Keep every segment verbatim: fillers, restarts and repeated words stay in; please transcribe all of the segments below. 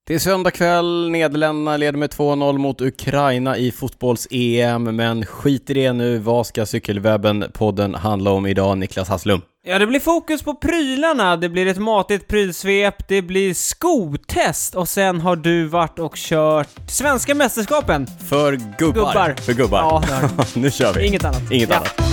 Det är söndag kväll, Nederländerna leder med två noll mot Ukraina i fotbolls-E M, men skit i det nu. Vad ska Cykelwebben-podden handla om idag, Niklas Hasslum? Ja, det blir fokus på prylarna, det blir ett matigt prylsvep, det blir skotest och sen har du varit och kört svenska mästerskapen. För gubbar. Gubbar. För gubbar. Ja, det har nu kör vi. Inget annat. Inget ja. annat.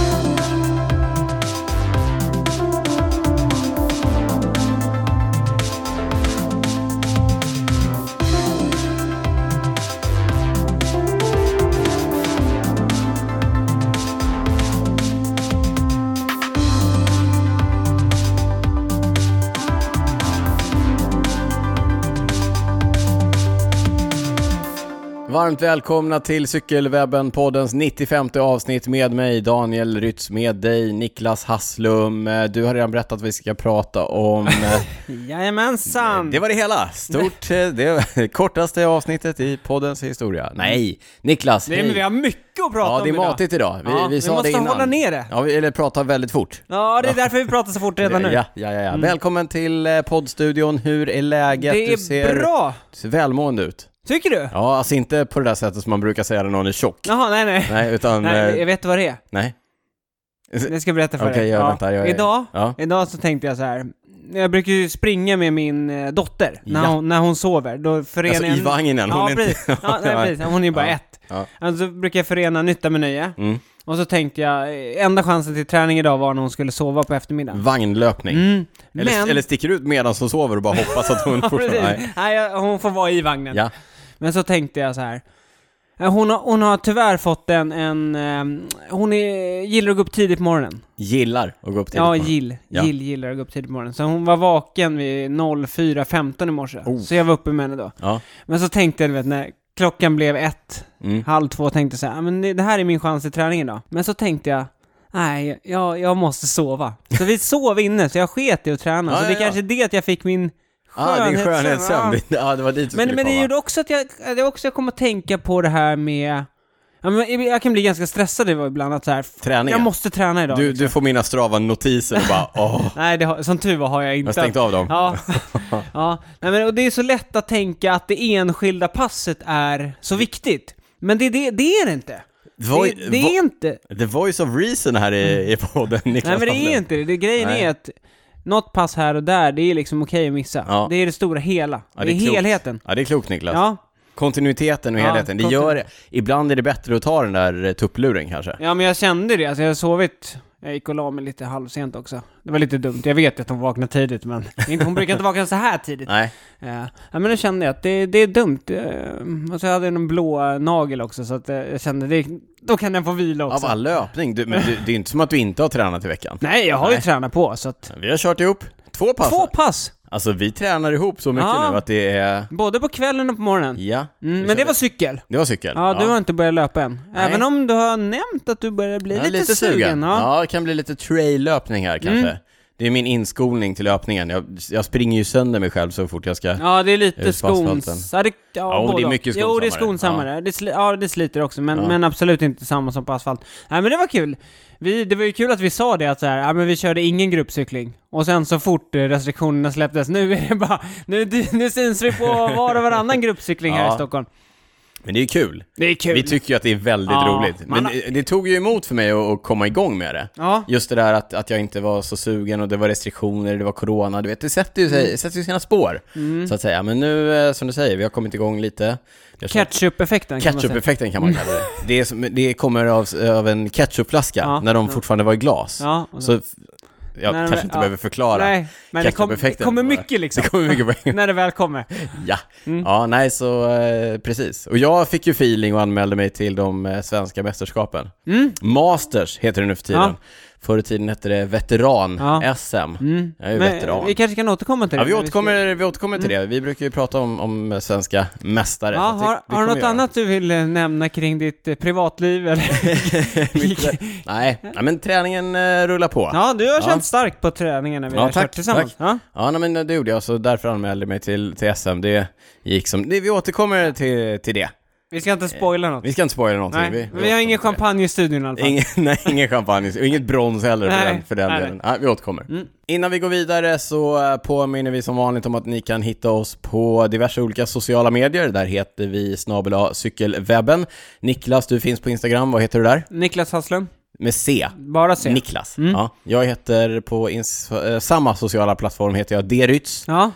Varmt välkomna till Cykelwebben-poddens nittiofemte avsnitt med mig, Daniel Rytz, med dig, Niklas Hasslum. Du har redan berättat att vi ska prata om... Jajamensan! Det var det hela. Stort, det var kortaste avsnittet i poddens historia. Nej, Niklas, det är, men vi har mycket att prata ja, om det är idag. matigt idag. Vi, ja, vi, vi sa måste det innan. hålla ner det. Ja, vi, eller prata väldigt fort. Ja, det är därför vi pratar så fort redan nu. Ja, ja, ja. ja. Mm. Välkommen till poddstudion. Hur är läget? Det är du ser, bra. Du ser välmående ut. Tycker du? Ja, alltså inte på det där sättet som man brukar säga när någon är tjock. Jaha, nej, nej. Nej, utan... nej, jag vet vad det är. Nej. Jag ska berätta för okay, dig. Jag ja. väntar, jag är... Idag, ja. idag så tänkte jag så här. Jag brukar ju springa med min eh, dotter när, ja. hon, när hon sover. Då förenar alltså i vagnen? Hon ja, är precis. inte... ja, nej, precis. Hon är ju bara ja. ett. Ja. Alltså brukar jag förena nytta med nöje. Mm. Och så tänkte jag, enda chansen till träning idag var när hon skulle sova på eftermiddagen. Vagnlöpning. Mm. Eller, Men... eller sticker ut medan hon sover och bara hoppas att hon fortfarande... Nej. Nej, hon får vara i vagnen. Ja. Men så tänkte jag så här. Hon har, hon har tyvärr fått en, en um, hon är, gillar att gå upp tidigt på morgonen. Gillar att gå upp tidigt ja, på morgonen? Gill, Ja, Gill gillar att gå upp tidigt på morgonen. Så hon var vaken vid fyra femton i morse. Oh. Så jag var uppe med henne då. Ja. Men så tänkte jag, du vet, när klockan blev ett, mm. halv två, tänkte jag så här, men det här är min chans till träning idag. Men så tänkte jag, nej, jag, jag måste sova. Så vi sov inne, så jag sket i att träna. Ja, så ja, det ja. kanske är det att jag fick min... Ja, ah, din skönhetssömn. Ja. ja, det var dit du men, skulle men det komma. gjorde också att jag, det också jag kom att tänka på det här med... Ja, men jag kan bli ganska stressad ibland att så här, träningen. Jag måste träna idag. Du, liksom. du får mina Strava-notiser och bara, åh. Nej, det har, som tur var har jag inte. Jag har stängt av dem. Ja, ja. Nej, men, och det är så lätt att tänka att det enskilda passet är så viktigt. Men det, det, det är det inte. Voi, det, det är vo- inte. The voice of reason här i, i podden, Niklas. Nej, men det är inte det. det grejen Nej. är att något pass här och där, det är liksom okej att missa. Ja. Det är det stora hela. Ja, det, det är, är helheten. Ja, det är klokt, Niklas. Ja. Kontinuiteten och ja, helheten. Det gör det. Ibland är det bättre att ta den där tuppluren kanske. Ja, men jag kände det. Alltså, jag har sovit. Jag gick och la mig lite halvsent också. Det var lite dumt. Jag vet att hon vaknar tidigt, men hon brukar inte vakna så här tidigt. Nej. Ja, men då kände jag att det, det är dumt. Och så hade jag en blå nagel också, så att jag kände det, då kan jag få vila också. Av all löpning. Du, men du, det är inte som att du inte har tränat i veckan. Nej, jag har Nej. ju tränat på. Så att... Vi har kört ihop två pass. Två pass? Alltså vi tränar ihop så mycket ja. nu att det är... Både på kvällen och på morgonen. Ja. Mm, men det var cykel. Det var cykel. Ja, du ja. har inte börjat löpa än. Nej. Även om du har nämnt att du börjar bli ja, lite, lite sugen. sugen. Ja. ja, det kan bli lite trail-löpning här kanske. Mm. Det är min inskolning till löpningen. Jag, jag springer ju sönder mig själv så fort jag ska... Ja, det är lite skons... Ja, det, ja, ja det är mycket skonsammare. Jo, det är skonsammare. Ja, det, sli... ja, det sliter också, men, ja. men absolut inte samma som på asfalt. Nej, men det var kul. Vi, det var ju kul att vi sa det, att så här, ja, men vi körde ingen gruppcykling. Och sen så fort restriktionerna släpptes, nu är det bara... Nu, nu syns vi på var och varannan gruppcykling här ja. i Stockholm. Men det är kul. Det är kul. Vi tycker ju att det är väldigt ja, roligt. Men har... det, det tog ju emot för mig att, att komma igång med det. Ja. Just det där att, att jag inte var så sugen och det var restriktioner, det var corona. Du vet, det sätter ju, sig, mm. sätter ju sina spår, mm. så att säga. Men nu, som du säger, vi har kommit igång lite. Ketchup-effekten kan Ketchup-effekten kan man kalla det. Det, är som, det kommer av, av en ketchupflaska ja. när de ja. fortfarande var i glas. Ja. Så... Jag nej, kanske men, inte ja. behöver förklara. Nej, men det, kom, det kommer mycket liksom. Det kommer mycket när det väl kommer. Ja, mm. ja nej så eh, precis. Och jag fick ju feeling och anmälde mig till de eh, svenska mästerskapen. Mm. Masters heter det nu för tiden. Ja. Förr i tiden hette det veteran-S M. Ja. Mm. Jag är ju men, veteran. Vi kanske kan återkomma till det. Ja, vi återkommer, vi återkommer till mm. det. Vi brukar ju prata om, om svenska mästare. Ja, har det, det har du något göra. annat du vill nämna kring ditt eh, privatliv? Eller? nej, nej, men träningen eh, rullar på. Ja, du har ja. känt starkt på träningen när vi ja, har tack, kört tillsammans. Ja, ja nej, men det gjorde jag, så därför anmälde jag mig till, till S M. Det gick som, det, vi återkommer till, till det. Vi ska inte spoila något. Vi ska inte spoila någonting. Nej, vi, vi, vi har ingen champagne i studion i alla fall. Ingen, nej, ingen champagne. Och inget brons heller för nej, den, för den nej, delen. Nej, vi återkommer. Mm. Innan vi går vidare så påminner vi som vanligt om att ni kan hitta oss på diverse olika sociala medier. Där heter vi snabel A cykelwebben. Niklas, du finns på Instagram. Vad heter du där? Niklas Hasslum. Med C. Bara C. Niklas. Mm. Ja, jag heter på ins- äh, samma sociala plattform heter jag Derytz. Ja.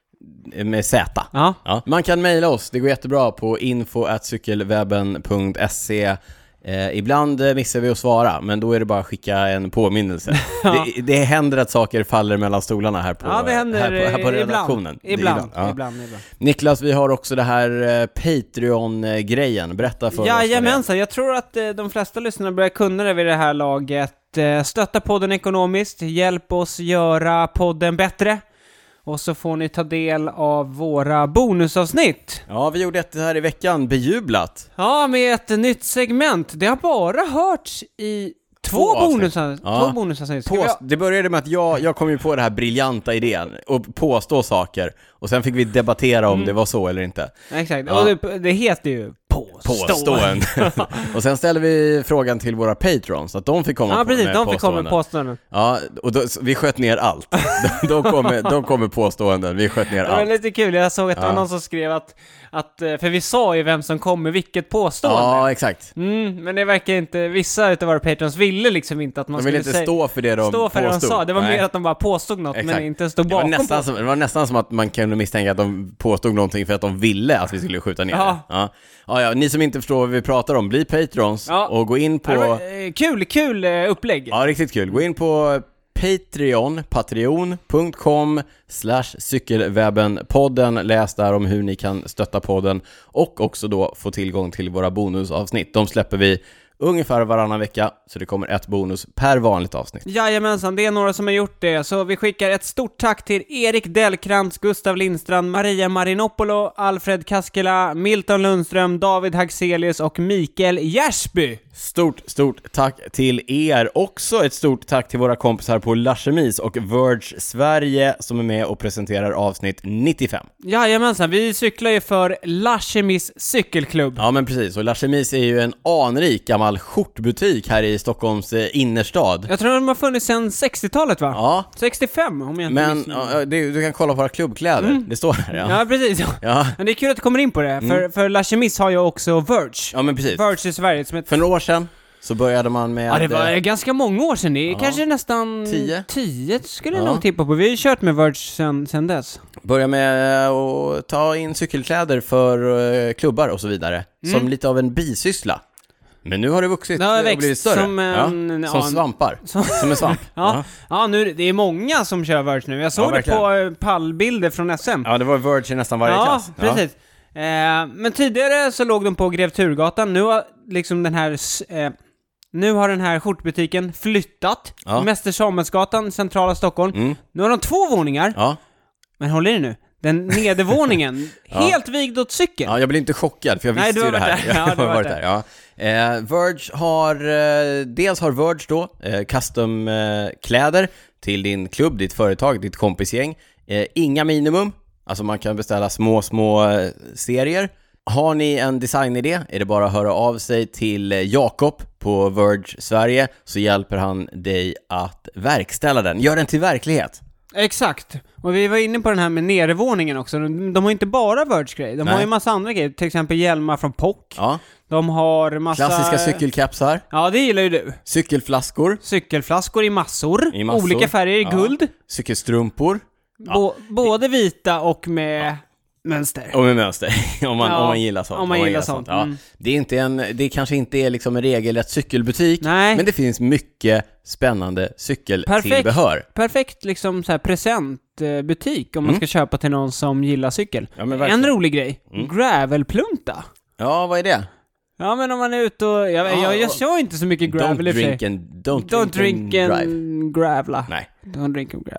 Med Z. Ja. Ja. Man kan mejla oss, det går jättebra på info at cykelwebben punkt se. Eh, ibland eh, missar vi att svara, men då är det bara att skicka en påminnelse. Ja. det, det händer att saker faller mellan stolarna här på, Ja, det händer här på, här på ibland. redaktionen. Ibland, ibland, ja. ibland, ibland. Niklas, vi har också det här eh, Patreon-grejen. Berätta för oss. Jajamensan, jag tror att eh, de flesta lyssnare börjar kunna det vid det här laget. Eh, stötta podden ekonomiskt, hjälp oss göra podden bättre. Och så får ni ta del av våra bonusavsnitt. Ja, vi gjorde ett här i veckan, bejublat. Ja, med ett nytt segment. Det har bara hörts i två, två bonusavsnitt. Ja. Två bonusavsnitt. Påst- ha... Det började med att jag, jag kom ju på det här briljanta idén och påstå saker. Och sen fick vi debattera om mm. det var så eller inte. Exakt, ja. och det, det heter ju påstående. Och sen ställde vi frågan till våra patrons att de fick komma ja, på precis, med de fick komma med påståenden. Ja, och då, vi sköt ner allt. de, de, kom med, de kom med påståenden, vi sköt ner allt. Det var lite kul, jag såg att det ja. var någon som skrev att, att, för vi sa ju vem som kom med vilket påstående. Ja, exakt. Mm, men det verkar inte, vissa utav våra patrons ville liksom inte att man de ville skulle inte säga, stå för det de stå för påstod. Det de sa. Det var Nej. mer att de bara påstod något, exakt. Men inte stod Det bakom var, nästan som, det var nästan som att man kunde misstänka att de påstod någonting för att de ville att vi skulle skjuta ner ja. det. Ja. Ja, ja, ni som inte förstår vad vi pratar om, bli patrons ja. och gå in på... Var, eh, kul, kul eh, upplägg. Ja, riktigt kul. Gå in på Patreon, patreon punkt com slash cykelwebben-podden. Läs där om hur ni kan stötta podden och också då få tillgång till våra bonusavsnitt. De släpper vi ungefär varannan vecka, så det kommer ett bonus per vanligt avsnitt. Jajamensan, det är några som har gjort det. Så vi skickar ett stort tack till Erik Dellkrantz, Gustav Lindstrand, Maria Marinopolo, Alfred Kaskela, Milton Lundström, David Hagselius och Mikael Gärsby. Stort, stort tack till er. Också ett stort tack till våra kompisar på La Chemise och Verge Sverige som är med och presenterar avsnitt nittiofem. Jajamensan, vi cyklar ju för La Chemise cykelklubb. Ja, men precis. Och La Chemise är ju en anrik gammal skjortbutik här i Stockholms innerstad. Jag tror de har funnits sedan sextiotalet, va? Ja. sextiofem, om jag inte Men ja, det, du kan kolla på våra klubbkläder. Mm. Det står här, ja. Ja, precis. Ja. Men det är kul att du kommer in på det. Mm. För, för La Chemise har ju också Verge. Ja, men precis. Verge i Sverige som ett... För några år sedan så började man med... Ja, det var ganska många år sedan. Det är ja. kanske nästan... Tio? Tio skulle jag ja. nog tippa på. Vi har ju kört med Verge sen, sen dess. Börja med att ta in cykelkläder för uh, klubbar och så vidare. Mm. Som lite av en bisyssla. Men nu har det vuxit det har och blivit större. Som, en, ja, som ja, svampar. Som, som en svamp. ja, ja. ja, nu det är många som kör Verge nu. Jag såg ja, det verkligen. på pallbilder från S M. Ja, det var Verge i nästan varje ja, klass. Ja, precis. Eh, men tidigare så låg de på Grev Turgatan. Nu har liksom den här... Eh, nu har den här skjortbutiken flyttat. Ja. Mäster Samuelsgatan, centrala Stockholm. Mm. Nu har de två våningar. Ja. Men håll i nu. Den nedervåningen, ja. helt vigd åt cykeln. Ja, jag blir inte chockad för jag visste Nej, ju det här. Där. Ja, jag har varit där. där. Ja. Eh, Verge har, eh, dels har Verge då eh, custom-kläder eh, till din klubb, ditt företag, ditt kompisgäng. Eh, inga minimum, alltså man kan beställa små, små eh, serier. Har ni en designidé är det bara att höra av sig till Jakob på Verge Sverige så hjälper han dig att verkställa den. Gör den till verklighet. Exakt. Och vi var inne på den här med nedervåningen också. De, de har inte bara Verge-grejer. De Nej. har ju massa andra grejer. Till exempel hjälmar från P O C. Ja. De har massa... Klassiska cykelkapsar. Ja, det gillar ju du. Cykelflaskor. Cykelflaskor i massor. I massor. Olika färger i ja. guld. Cykelstrumpor. Ja. Bo- både vita och med... Ja. Mönster. Och med mönster, om man, ja, om man gillar sånt. Om man, om man gillar sånt. sånt. Ja. Mm. Det är inte en, det kanske inte är liksom en regelrätt cykelbutik. Nej. Men det finns mycket spännande cykeltillbehör. Perfekt, perfekt liksom så här presentbutik om mm. man ska köpa till någon som gillar cykel. Ja, en rolig grej, mm. gravelplunta. Ja, vad är det? Ja, men om man är ute och... Jag, ja, jag, jag kör inte så mycket gravel don't i drink and, don't, don't drink and, and gravla. Nej. Don't drink and gravla.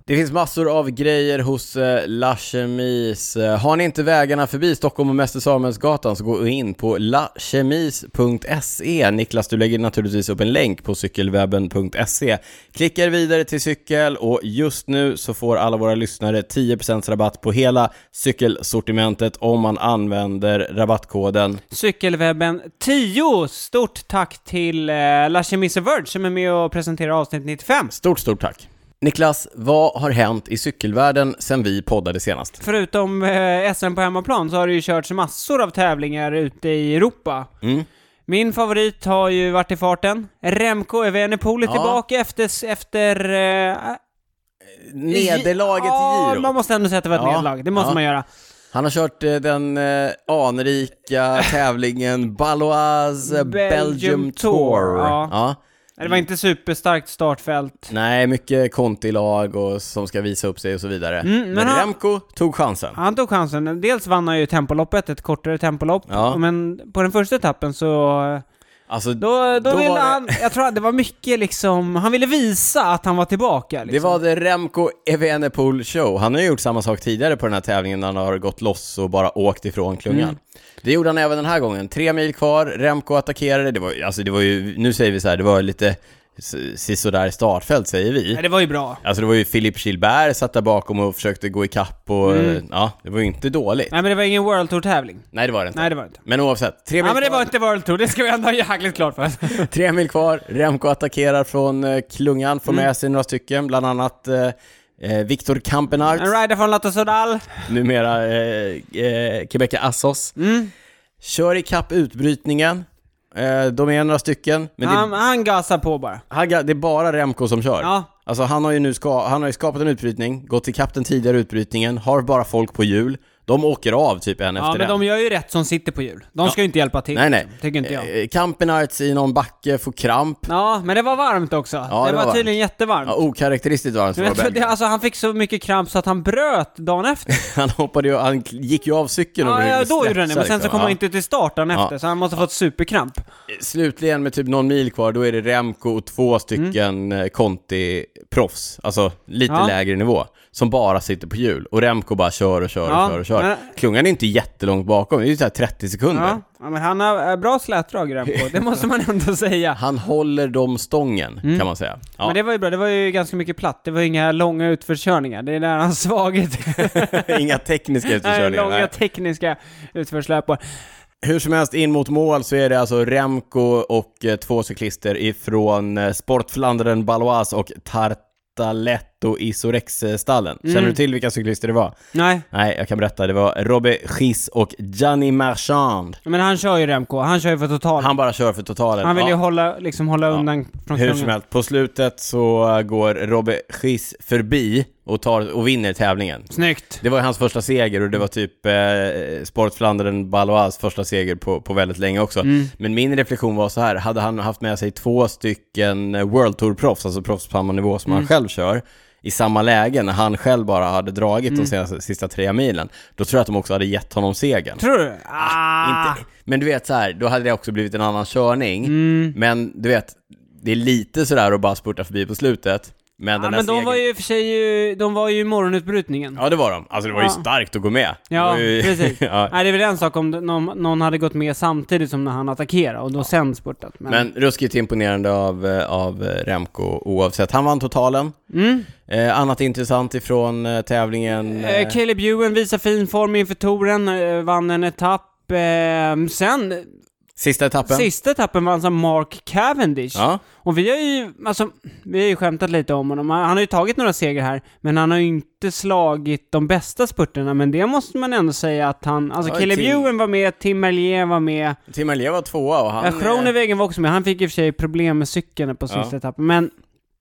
Det finns massor av grejer hos eh, La Chemise. Har ni inte vägarna förbi Stockholm och Mäster Samuelsgatan så gå in på la chemise punkt se. Niklas, du lägger naturligtvis upp en länk på cykelwebben punkt se. Klickar vidare till cykel och just nu så får alla våra lyssnare tio procent rabatt på hela cykelsortimentet om man använder rabattkoden Cykelwebben tio. Stort tack till eh, La Chemise Verge som är med och presenterar avsnitt nittiofem. Stort, stort tack. Niklas, vad har hänt i cykelvärlden sen vi poddade senast? Förutom eh, S M på hemmaplan så har det ju körts massor av tävlingar ute i Europa. Mm. Min favorit har ju varit i farten. Remco Evenepoel är Ja. tillbaka efter... efter eh, Nederlaget ja, i Giro. man måste ändå säga att det var ett Ja. nederlag. Det måste Ja. man göra. Han har kört eh, den eh, anrika tävlingen Baloise Belgium, Belgium Tour. Tour, ja. Ja. Det var inte superstarkt startfält. Nej, mycket Conti-lag och som ska visa upp sig och så vidare. Mm, men men han- Remco tog chansen. Han tog chansen. Dels vann han ju tempoloppet, ett kortare tempolopp. Ja. Men på den första etappen så... Alltså, Då, då, Då ville var det- han... Jag tror att det var mycket liksom... Han ville visa att han var tillbaka. Liksom. det var det Remco Evenepoel show. Han har ju gjort samma sak tidigare på den här tävlingen när han har gått loss och bara åkt ifrån klungan. Mm. Det gjorde han även den här gången. Tre mil kvar, Remco attackerade. Det var, alltså det var ju, nu säger vi så här, det var lite sisådär startfält säger vi. Nej, det var ju bra. Alltså det var ju Philippe Gilbert satt där bakom och försökte gå i kapp och Mm. ja, det var ju inte dåligt. Nej, men det var ingen World Tour-tävling. Nej, det var det inte. Nej, det var det inte. Men oavsett, tre mil Ja, men det kvar, var inte World Tour. Det ska vi ändå ha jäkligt klart för oss. tre mil kvar, Remco attackerar från eh, klungan, får Mm. med sig några stycken, bland annat eh, eh, Victor Campenart, En rider från Lotto Sodal. numera eh, eh, Quebec Assos, Mm. kör i kapp utbrytningen. Eh, de är några stycken, men Han, det, han gasar på bara. han, det är bara Remco som kör. Ja. Alltså han har ju nu ska, han har ju skapat en utbrytning, gått i kapp den tidigare utbrytningen, har bara folk på hjul. De åker av typ en Ja, efter men en. de gör ju rätt som sitter på hjul. De ska ju inte hjälpa till. Nej, nej. Tycker inte jag. Eh, Campenarts i någon backe får kramp. Ja, men det var varmt också. Ja, det, det var, var tydligen jättevarmt. Ja, okaraktäristiskt varmt för Men att jag vara tror det, alltså, han fick så mycket kramp så att han bröt dagen efter. Han hoppade ju, han gick ju av cykeln och Ja, började ja, då gjorde han det. Men stretcha, sen så liksom. kom han Ja. inte till start dagen Ja. efter. Så han måste ha fått superkramp. Slutligen med typ någon mil kvar, då är det Remco och två stycken mm. Conti-proffs. Alltså lite Ja. lägre nivå. Som bara sitter på hjul. Och Remco bara kör och kör Ja, och kör och kör. men- Klungan är inte jättelångt bakom, det är ju så här trettio sekunder. Ja. Ja, men han har eh, bra slätdrag Remco. Det måste man ändå säga. Han håller dem stången, Mm. kan man säga. Ja. Men det var ju bra. Det var ju ganska mycket platt. Det var ju inga långa utförskörningar. Det är där hans svaghet. Inga tekniska Nej, utförkörningar. långa nej. tekniska utförslöpor. Hur som helst, in mot mål så är det alltså Remco och eh, två cyklister ifrån eh, Sportflandern Baloise och Tartaletto i Sorex-stallen. Känner Mm. du till vilka cyklister det var? Nej, Nej, jag kan berätta. Det var Robert Gis och Gianni Marchand. men han kör ju Remco. Han kör ju för totalen. Han bara kör för totalen. Han vill ju Ja. hålla, liksom hålla Ja. undan från Hur som klungan. helst, på slutet så går Robert Gis förbi och, tar, och vinner tävlingen. Snyggt. Det var hans första seger och det var typ eh, Sportflandern Baloise första seger på, på väldigt länge också. Mm. Men min reflektion var så här, hade han haft med sig två stycken World Tour-proffs, alltså proffs på samma nivå som Mm. han själv kör, i samma läge när han själv bara hade dragit Mm. de senaste, sista tre milen, då tror jag att de också hade gett honom segern. Tror du? Ah. Inte, men du vet så här, då hade det också blivit en annan körning. Mm. Men du vet, det är lite sådär att bara spurta förbi på slutet. Men Ja, den här men de segern, var ju i och för sig ju, de var ju i morgonutbrytningen. ja, det var de. Alltså det var ju Ja. starkt att gå med. Det Ja, var ju... precis. ja. Nej, det är väl en sak om det- någon, någon hade gått med samtidigt som när han attackerade och då sen spurtat. Men, Men ruskigt imponerande av, eh, av Remco oavsett. Han vann totalen. mm. Eh, annat intressant ifrån eh, tävlingen. Eh, Eh, Caleb Ewan visar fin form inför touren, eh, vann en etapp. Eh, sen, sista etappen. sista etappen vann som Mark Cavendish. Ja. Och vi har ju, alltså, vi har ju skämtat lite om honom. Han har ju tagit några segrar här, men han har ju inte slagit de bästa spurterna. Men det måste man ändå säga att han, alltså Ja, Caleb Tim- Ewan var med, Tim Merlier var med. Tim Merlier var tvåa och han... Ja, Groenewegen var också med. Han fick i och för sig problem med cykeln på sista Ja. etappen. Men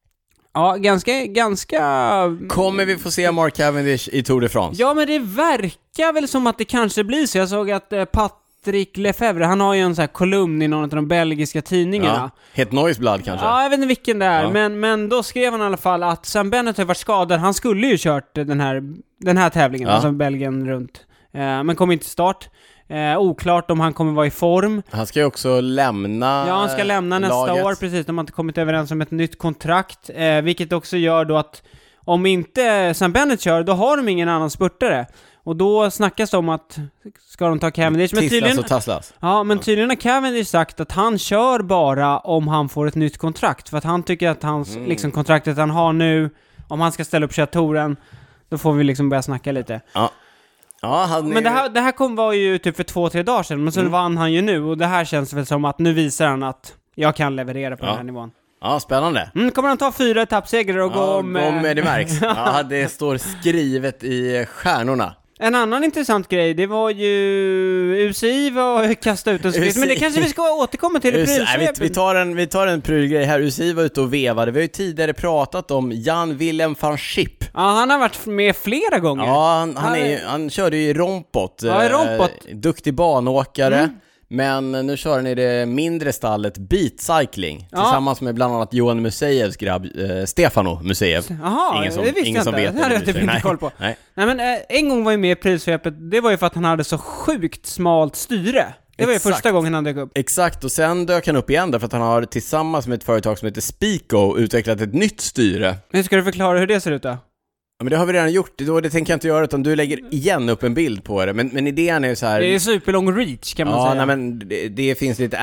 ja, ganska, ganska... Kommer vi få se Mark Cavendish i Tour de France? Ja, men det verkar väl som att det kanske blir så. Jag såg att eh, Patrick Lefebvre, han har ju en sån här kolumn i någon av de belgiska tidningarna. Ja. Het Noisblad kanske? Ja, jag vet inte vilken det är, Ja. men, men då skrev han i alla fall att Sam Bennett har varit skadad. Han skulle ju kört den här, den här tävlingen, Ja. alltså Belgien runt. Eh, men kom inte till start. Eh, oklart om han kommer vara i form. Han ska ju också lämna Ja, han ska lämna nästa laget. år, precis. De har inte kommit överens om ett nytt kontrakt. Eh, vilket också gör då att om inte Sam Bennett kör, då har de ingen annan spurtare. Och då snackas det om att ska de ta Cavendish, men tydligen, och tasslas. Ja, men tydligen har Cavendish sagt att han kör bara om han får ett nytt kontrakt, för att han tycker att hans mm. liksom, kontraktet han har nu, om han ska ställa upp köra-touren, då får vi liksom börja snacka lite. Ja. Ja, han är... Men det här, det här kom var ju typ för två, tre dagar sedan, men så mm. vann han ju nu, och det här känns väl som att nu visar han att jag kan leverera på ja. den här nivån. Ja, spännande. Mm, kommer han ta fyra etappsegrar och ja, gå om... gå med, det märks. Ja, det står skrivet i stjärnorna. En annan intressant grej, det var ju U C I var kasta ut en skrift, men det kanske vi ska återkomma till i prylsvepet. Vi tar en, vi tar en prylgrej här. U C I var ute och vevade. Vi har ju tidigare pratat om Jan Willem van Schip. Ja, han har varit med flera gånger. Ja, han, han, är, han körde ju i Rompot. Ja, i Rompot. Eh, duktig banåkare. Mm. Men nu kör han i det mindre stallet Beat Cycling ja. tillsammans med bland annat Johan Musejevs grabb eh, Stefano Musejev. Jaha, ingen som, det visste ingen jag som inte. vet det hade jag typ inte koll på. Nej. Nej, men eh, en gång var ju med i prylsvepet. Det var ju för att han hade så sjukt smalt styre. Det var ju Exakt. första gången han dök upp. Exakt, och sen dök han upp igen därför att han har tillsammans med ett företag som heter Speako utvecklat ett nytt styre. Hur ska du förklara hur det ser ut då? Ja, men det har vi redan gjort, det, det tänker jag inte göra, utan du lägger igen upp en bild på det. Men, men idén är ju så här... Det är superlång reach kan man ja, säga. Ja, men det, det finns lite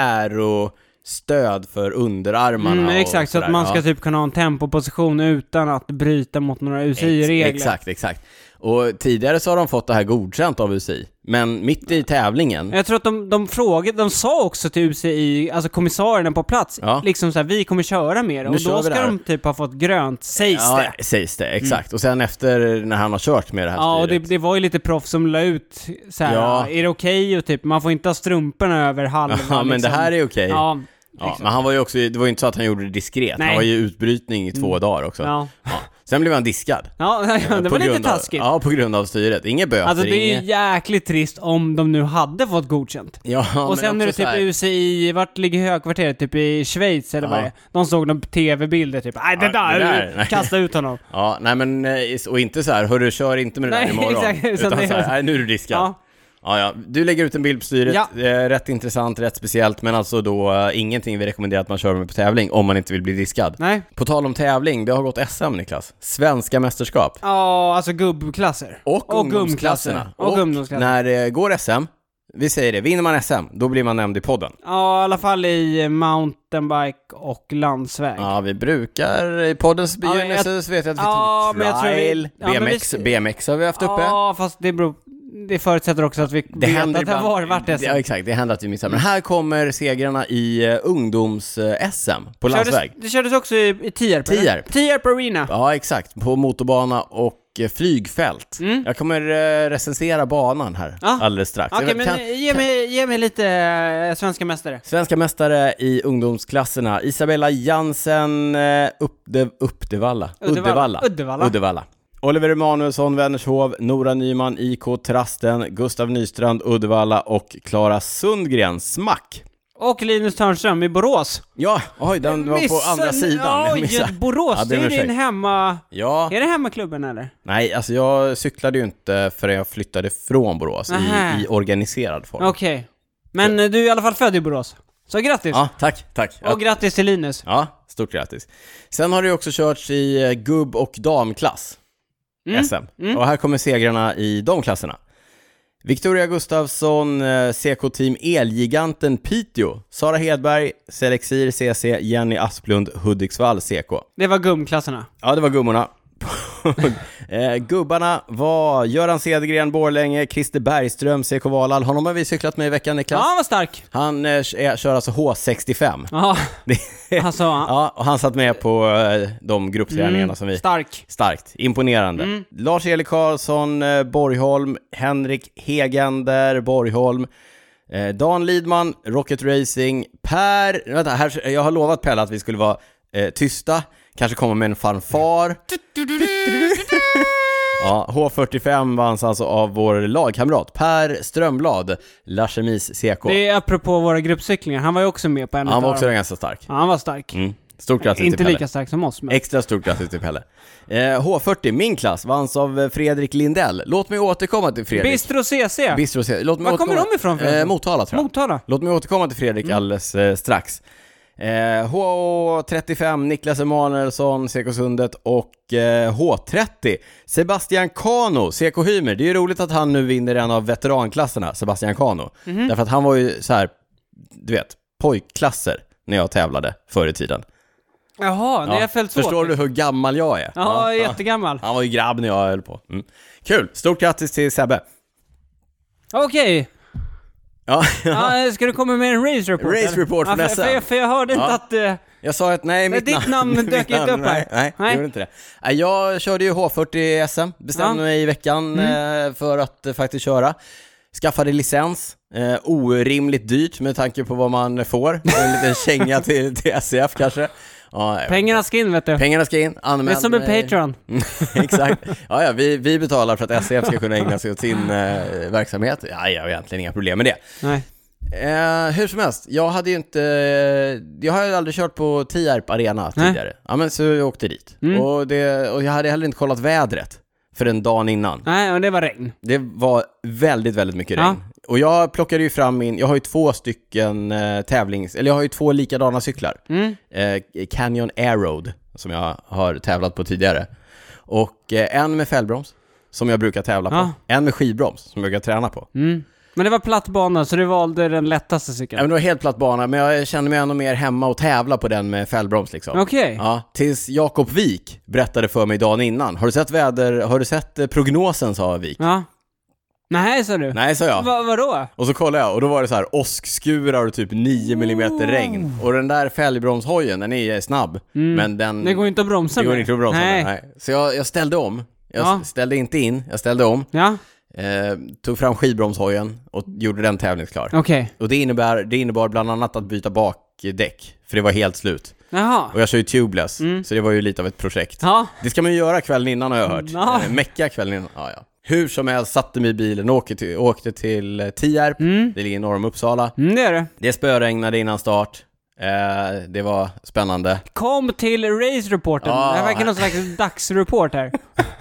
ärostöd för underarmarna. Mm, exakt, så att man ska ja. typ kunna ha en tempoposition utan att bryta mot några U C I-regler. Ex, exakt, exakt. Och tidigare så har de fått det här godkänt av U C I. Men mitt i tävlingen... Jag tror att de, de frågade, de sa också till U C I, alltså kommissarierna på plats, ja. liksom så här, vi kommer köra mer. Och då ska de typ ha fått grönt, sägs ja, det. sägs det, exakt. Mm. Och sen efter när han har kört med det här ja, styret. Ja, och det, det var ju lite proffs som la ut så här, ja. är det okej? Okay? Och typ, man får inte ha strumporna över halva. Ja, men liksom. Det här är okej. Okay. Ja. Ja, men han var ju också, det var ju inte så att han gjorde det diskret. Nej. Han var ju utbrytning i två mm. dagar också. Ja. Ja. Sen blev han diskad. Ja, ja det var lite taskigt. Av, ja, på grund av styret. Inga böter. Alltså det är inga... ju jäkligt trist om de nu hade fått godkänt. Ja, och sen är det typ U C I, vart ligger högkvarteret? Typ i Schweiz eller ja. vad det är. De såg någon tv-bilder typ. Nej, det där, ja, det där kasta ut honom. Ja, nej men, och inte så här, hörru, kör inte med det nej, där imorgon. Exakt, utan så här, nej, nu är du diskad. Ja. Ja, ja. Du lägger ut en bild på styret, ja. eh, rätt intressant, rätt speciellt, men alltså då eh, ingenting vi rekommenderar att man kör med på tävling om man inte vill bli diskad. Nej. På tal om tävling, det har gått S M, Niklas. Svenska mästerskap. Ja, alltså gubbklasser. Och, och ungdomsklasserna. Och, och när det eh, går S M, vi säger det, vinner man S M, då blir man nämnd i podden. Ja, i alla fall i mountainbike och landsväg. Ja, vi brukar i poddens begynnelse ja, så vet jag att vi ja, tog trial, vi, B M X, ja, vi, B M X har vi haft uppe. Ja, fast det beror... Det förutsätter också att vi det vet händer att det har varit vart S M. Ja, exakt. Det händer att vi missar. Men här kommer segrarna i uh, ungdoms-S M på kördes, landsväg. Det kördes också i, i Tierp. Tierp. Tierp Arena. Ja, exakt. På motorbana och uh, flygfält. Mm. Jag kommer uh, recensera banan här ah. alldeles strax. Okej, okay, men kan, ge, mig, ge mig lite uh, svenska mästare. Svenska mästare i ungdomsklasserna. Isabella Jansen uh, Uppde, Uppdevalla. Uddevalla. Uddevalla. Uddevalla. Oliver Emanuelsson, Vänershov, Nora Nyman, I K Trasten, Gustav Nystrand, Uddevalla och Klara Sundgren, Smack. Och Linus Törnström i Borås. Ja, oj, den var på andra sidan. Oj, Borås, ja, det är din hemma... Ja. Är det hemmaklubben eller? Nej, alltså jag cyklade ju inte förrän jag flyttade från Borås i, i organiserad form. Okej, okay. Men så. Du är i alla fall född i Borås. Så grattis. Ja, tack, tack. Och ja. grattis till Linus. Ja, stort grattis. Sen har det också körts i gubb- och damklass. Mm. S M. Mm. Och här kommer segrarna i de klasserna. Victoria Gustafsson, C K-team Elgiganten Piteå, Sara Hedberg, Selexir C C, Jenny Asplund, Hudiksvall C K. Det var gummklasserna. Ja, det var gummorna. eh, gubbarna var Göran Cedergren, Borlänge, Christer Bergström, C K Valhall. Honom har vi cyklat med i veckan, Niklas. Ja, han var stark. Han eh, kör alltså H sextiofem. Ja, alltså, ja, och han satt med på eh, de gruppträningarna mm, som vi... Stark. Starkt, imponerande. Mm. Lars-Eli Karlsson, eh, Borgholm, Henrik Hegender, Borgholm, eh, Dan Lidman, Rocket Racing, Per... Vänta, här, jag har lovat Pelle att vi skulle vara eh, tysta. Kanske kommer med en fanfar. Ja, H fyrtiofem vanns alltså av vår lagkamrat Per Strömblad, Larsemis C K. Det är apropå våra gruppcyklingar. Han var ju också med på en. Han var också ganska stark. Ja, han var stark. Mm. Stort grattis Inte till Pelle. lika stark som oss. Men... Extra stort grattis till Pelle. Eh, H fyrtio, min klass, vanns av Fredrik Lindell. Låt mig återkomma till Fredrik. Bistro C C. Bistro C C. Låt mig Var återkomma... kommer de ifrån? Eh, Motala, tror jag. Motala. Låt mig återkomma till Fredrik mm. alldeles eh, strax. Eh, H trettiofem Niklas Emanuelsson, C K Sundet och eh, H trettio Sebastian Cano, C K Hymer. Det är ju roligt att han nu vinner en av veteranklasserna, Sebastian Cano. Mm-hmm. Därför att han var ju så här, du vet, pojkklasser när jag tävlade förr i tiden. Jaha, när ja. jag följt så. Förstår du hur gammal jag är? Ja, ja, jättegammal. Han var ju grabb när jag höll på. Mm. Kul, stort grattis till Sebbe. Okej. Okay. Ja, ja. Ska du komma med en race report? Race report från ja, S M. För, för, för jag hörde ja. inte att... Uh, jag sa att nej, mitt ditt namn, namn dök inte upp här. Nej, nej, nej. Det gjorde inte det. Jag körde ju H fyrtio S M. Bestämde ja. mig i veckan mm. eh, för att eh, faktiskt köra. Skaffade licens. Eh, orimligt dyrt med tanke på vad man får. En liten känga till, till S C F kanske. Ja, pengarna ska in, vet du. Pengarna ska in. Anmäld. Det är som en Patreon. Exakt. Ja, ja, vi, vi betalar för att S C F ska kunna ägna sig åt sin eh, verksamhet. Ja, jag har egentligen inga problem med det. Nej. Eh, hur som helst, jag hade ju inte jag har ju aldrig kört på Tierp Arena tidigare. Nej. Ja, men så jag åkte dit. Mm. Och, det, och jag hade heller inte kollat vädret för en dag innan. Nej, och det var regn. Det var väldigt, väldigt mycket regn. Ja. Och jag plockade ju fram min, jag har ju två stycken eh, tävlings, eller jag har ju två likadana cyklar. Mm. Eh, Canyon Aeroad, som jag har tävlat på tidigare. Och eh, en med fällbroms, som jag brukar tävla på. Ja. En med skivbroms, som jag brukar träna på. Mm. Men det var platt bana, så du valde den lättaste cykeln. Ja, men det var helt platt bana, men jag kände mig ändå mer hemma och tävla på den med fällbroms liksom. Okej. Okay. Ja, tills Jakob Wik berättade för mig dagen innan. Har du sett väder, har du sett eh, prognosen, sa Wik? Ja. Nej, sa du? Nej, sa jag. Va, vadå? Och så kollade jag, och då var det så här åskskurar och typ nio millimeter regn. Och den där fällbromshojen, den är snabb. Mm. Men den... Det går inte att bromsa med. Det går inte att bromsa Nej. med, nej. Så jag, jag ställde om. Jag ja. ställde inte in, jag ställde om. Ja. Eh, tog fram skivbromshojen och gjorde den tävlingsklar. Okej. Okay. Och det innebär, det innebar bland annat att byta bakdäck. För det var helt slut. Jaha. Och jag kör ju tubeless, mm. så det var ju lite av ett projekt. Ja. Det ska man ju göra kvällen innan, har jag hört. Ja. Eh, mecka kvällen innan, ja ja. Hur som helst satte mig i bilen och åkte till, åkte till Tierp. Mm. Det ligger norr om Uppsala. Mm, det är det. Det spöregnade innan start. Eh, det var spännande. Kom till race-reporten. Ah. Det här verkar någon slags dagsreport här.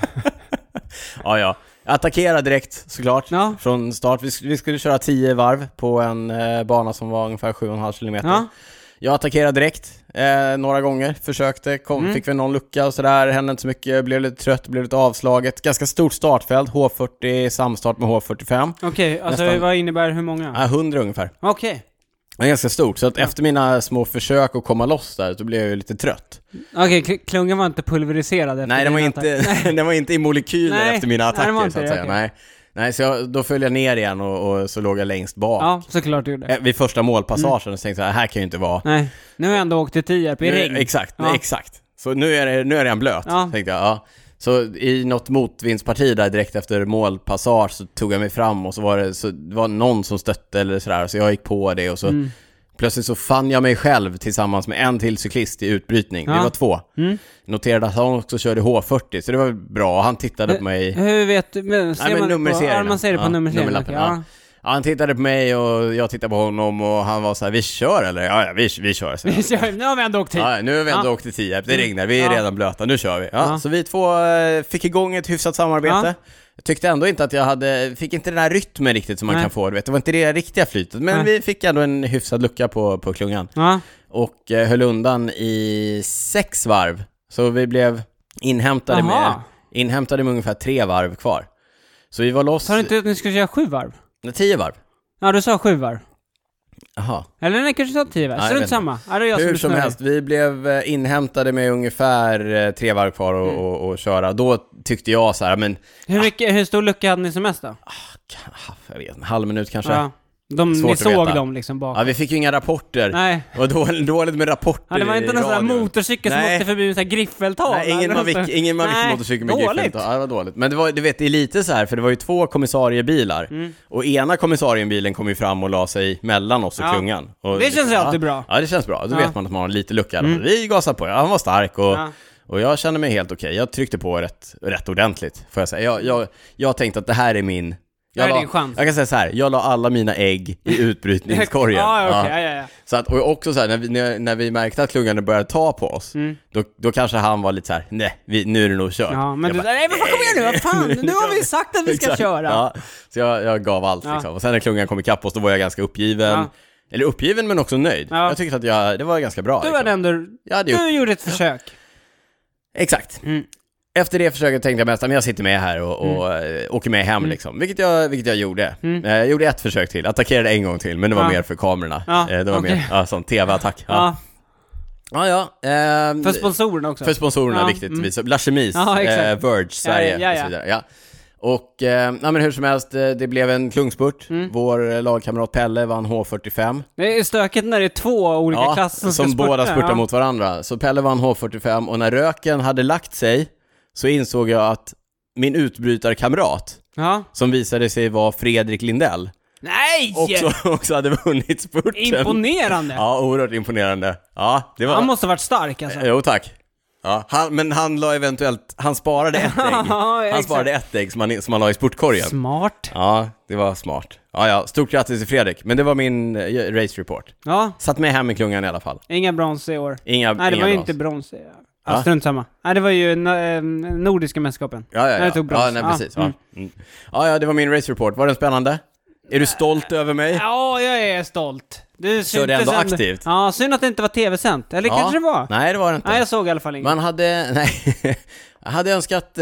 Ja, ja. Attackera direkt, såklart. Ja. Från start. Vi, vi skulle köra tio varv på en eh, bana som var ungefär sju komma fem kilometer. Ja. Jag attackerade direkt eh, några gånger, försökte, kom, mm. fick väl någon lucka och sådär, hände inte så mycket, blev lite trött, blev lite avslaget. Ganska stort startfält, H fyrtio samstart med H fyrtiofem. Okej, okay, alltså nästan, vad innebär hur många? Ja, hundra ungefär. Okej. Okay. Det är ganska stort, så att ja. efter mina små försök att komma loss där, så blev jag ju lite trött. Okej, okay, klungan var inte pulveriserad efter Nej, den var inte, den var inte i molekyler Nej. efter mina attacker. Nej, så att säga. Okay. Nej. Nej, så jag, då följde jag ner igen och, och så låg jag längst bak. Ja, såklart du gjorde. Vid första målpassagen mm. så tänkte jag, här kan ju inte vara. Nej, nu har jag ändå åkt till Tierp i regn. Exakt, ja. nej, exakt. Så nu är det, nu är det en blöt, ja. tänkte jag. Ja. Så i något motvindsparti där direkt efter målpassage så tog jag mig fram och så var det, så det var någon som stötte eller sådär. Så jag gick på det och så... Mm. Plötsligt så fann jag mig själv tillsammans med en till cyklist i utbrytning. Ja. Vi var två. Mm. Noterade att han också körde H fyrtio, så det var bra. Han tittade på mig. Hur vet du? Men ser Nej, men man, på, ja, man ser det på ja, nummerserien. Ja. Ja. Ja, han tittade på mig och jag tittade på honom och han var så här, vi kör eller? Ja, ja vi, vi kör. Så. Vi kör. Nu har vi ändå åkt hit. Ja, nu har vi ändå ja. åkt till Tierp. Det regnar, vi är ja. redan blöta. Nu kör vi. Ja, ja. Så vi två äh, fick igång ett hyfsat samarbete. Ja. Jag tyckte ändå inte att jag hade, fick inte den här rytmen riktigt som man Nej. kan få, du vet. Det var inte det riktiga flytet, men Nej. vi fick ändå en hyfsad lucka på, på klungan. Ja. Och eh, höll undan i sex varv. Så vi blev inhämtade med, inhämtade med ungefär tre varv kvar. Så vi var loss... Sa du inte att ni skulle köra sju varv? Nej, tio varv. Ja, du sa sju varv. Jaha. Eller nej, kanske sa tio varv. Så det är inte samma. Ja, det är jag Hur som, som helst, vi blev inhämtade med ungefär tre varv kvar och, mm. och, och köra. Då tyckte jag så här, men... Hur, mycket, ah, hur stor lucka hade ni som mest då? Ah, jag vet, en halv minut kanske. Ja. De, ni såg dem liksom bakom. Ja, vi fick ju inga rapporter. Nej. Det var dåligt, dåligt med rapporter. Ja, det var inte någon sån här motorcykel som åkte förbi med sån här griffeltavla. Nej, ingen var vilken ingen var motorcykel med griffeltavla. Ja, det var dåligt. Men det var, du vet, det är lite så här, för det var ju två kommissariebilar. Mm. Och ena kommissariebilen kom ju fram och la sig mellan oss och ja. klungan. Och det känns ju alltid ja, bra. Ja, det känns bra. Då ja. vet man att man har lite lucka. Mm. Vi gasade på. Ja, han var stark och... Ja. Och jag kände mig helt okej. Okay. Jag tryckte på rätt, rätt ordentligt, får jag säga. Jag, jag, jag tänkte att det här är min... Jag, la, jag kan säga så här, jag la alla mina ägg i utbrytningskorgen. ja, okay. ja. Ja, ja. Så att, och också så här, när vi, när, när vi märkte att klungan började ta på oss, mm. då, då kanske han var lite så här, nej, vi, nu är det nog kört. Ja, men jag du bara, nej, men vad kommer jag nu? Vad fan? Nu har vi sagt att vi ska köra. Ja, så jag, jag gav allt ja. liksom. Och sen när klungan kom ikapp oss, då var jag ganska uppgiven. Eller uppgiven men också nöjd. Ja. Jag tyckte att jag, det var ganska bra. Du liksom. ändå, ja, du gjort... gjorde ett försök. Exakt. Mm. Efter det försöket tänkte jag mest att jag sitter med här och, och mm. åker med hem mm. liksom. Vilket jag, vilket jag gjorde. Mm. Jag gjorde ett försök till, attackerade en gång till. Men det var ja. mer för kamerorna. Ja. Det var okay. mer ja, sån tv-attack. Ja. Ja. Ja, ja. Eh, för sponsorerna också. För sponsorerna, ja. viktigt. Mm. La Chemise, ja, eh, Verge, Sverige ja, ja, ja, ja. och så vidare. Ja. Och, eh, ja, men hur som helst, det blev en klungspurt. Mm. Vår lagkamrat Pelle vann H fyrtiofem. Det är stökigt när det är två olika ja, klasser som, som spurta. båda spurtar ja. mot varandra. Så Pelle vann H fyrtiofem och när röken hade lagt sig så insåg jag att min utbrytarkamrat, ja. som visade sig vara Fredrik Lindell, nej! Också, också hade vunnit spurten. Imponerande! Ja, oerhört imponerande. Ja, det var... Han måste ha varit stark alltså. Jo, tack. Ja, han, men han la eventuellt, han sparade ett ägg. Han sparade ett ägg som han, som han la i spurtkorgen. Smart. Ja, det var smart. Ja, ja, stort grattis till Fredrik. Men det var min uh, race report. Ja. Satt med hem i klungan i alla fall. Inga brons i år. Inga, Nej, det inga var ju brons. inte brons i år. Ja, strunt samma. Nej, det var ju uh, nordiska mästerskapen. Ja, ja, ja. Tog brons. Ja, nej, precis. Ja. Mm. ja, ja, det var min race report. Var den spännande? Är du stolt över mig? Ja, jag är stolt. Du körde ändå sen... aktivt. Ja, synd att det inte var tv-sänt. Eller ja. kanske det var? Nej, det var det inte. Nej, jag såg i alla fall inget. Man hade, nej, jag hade önskat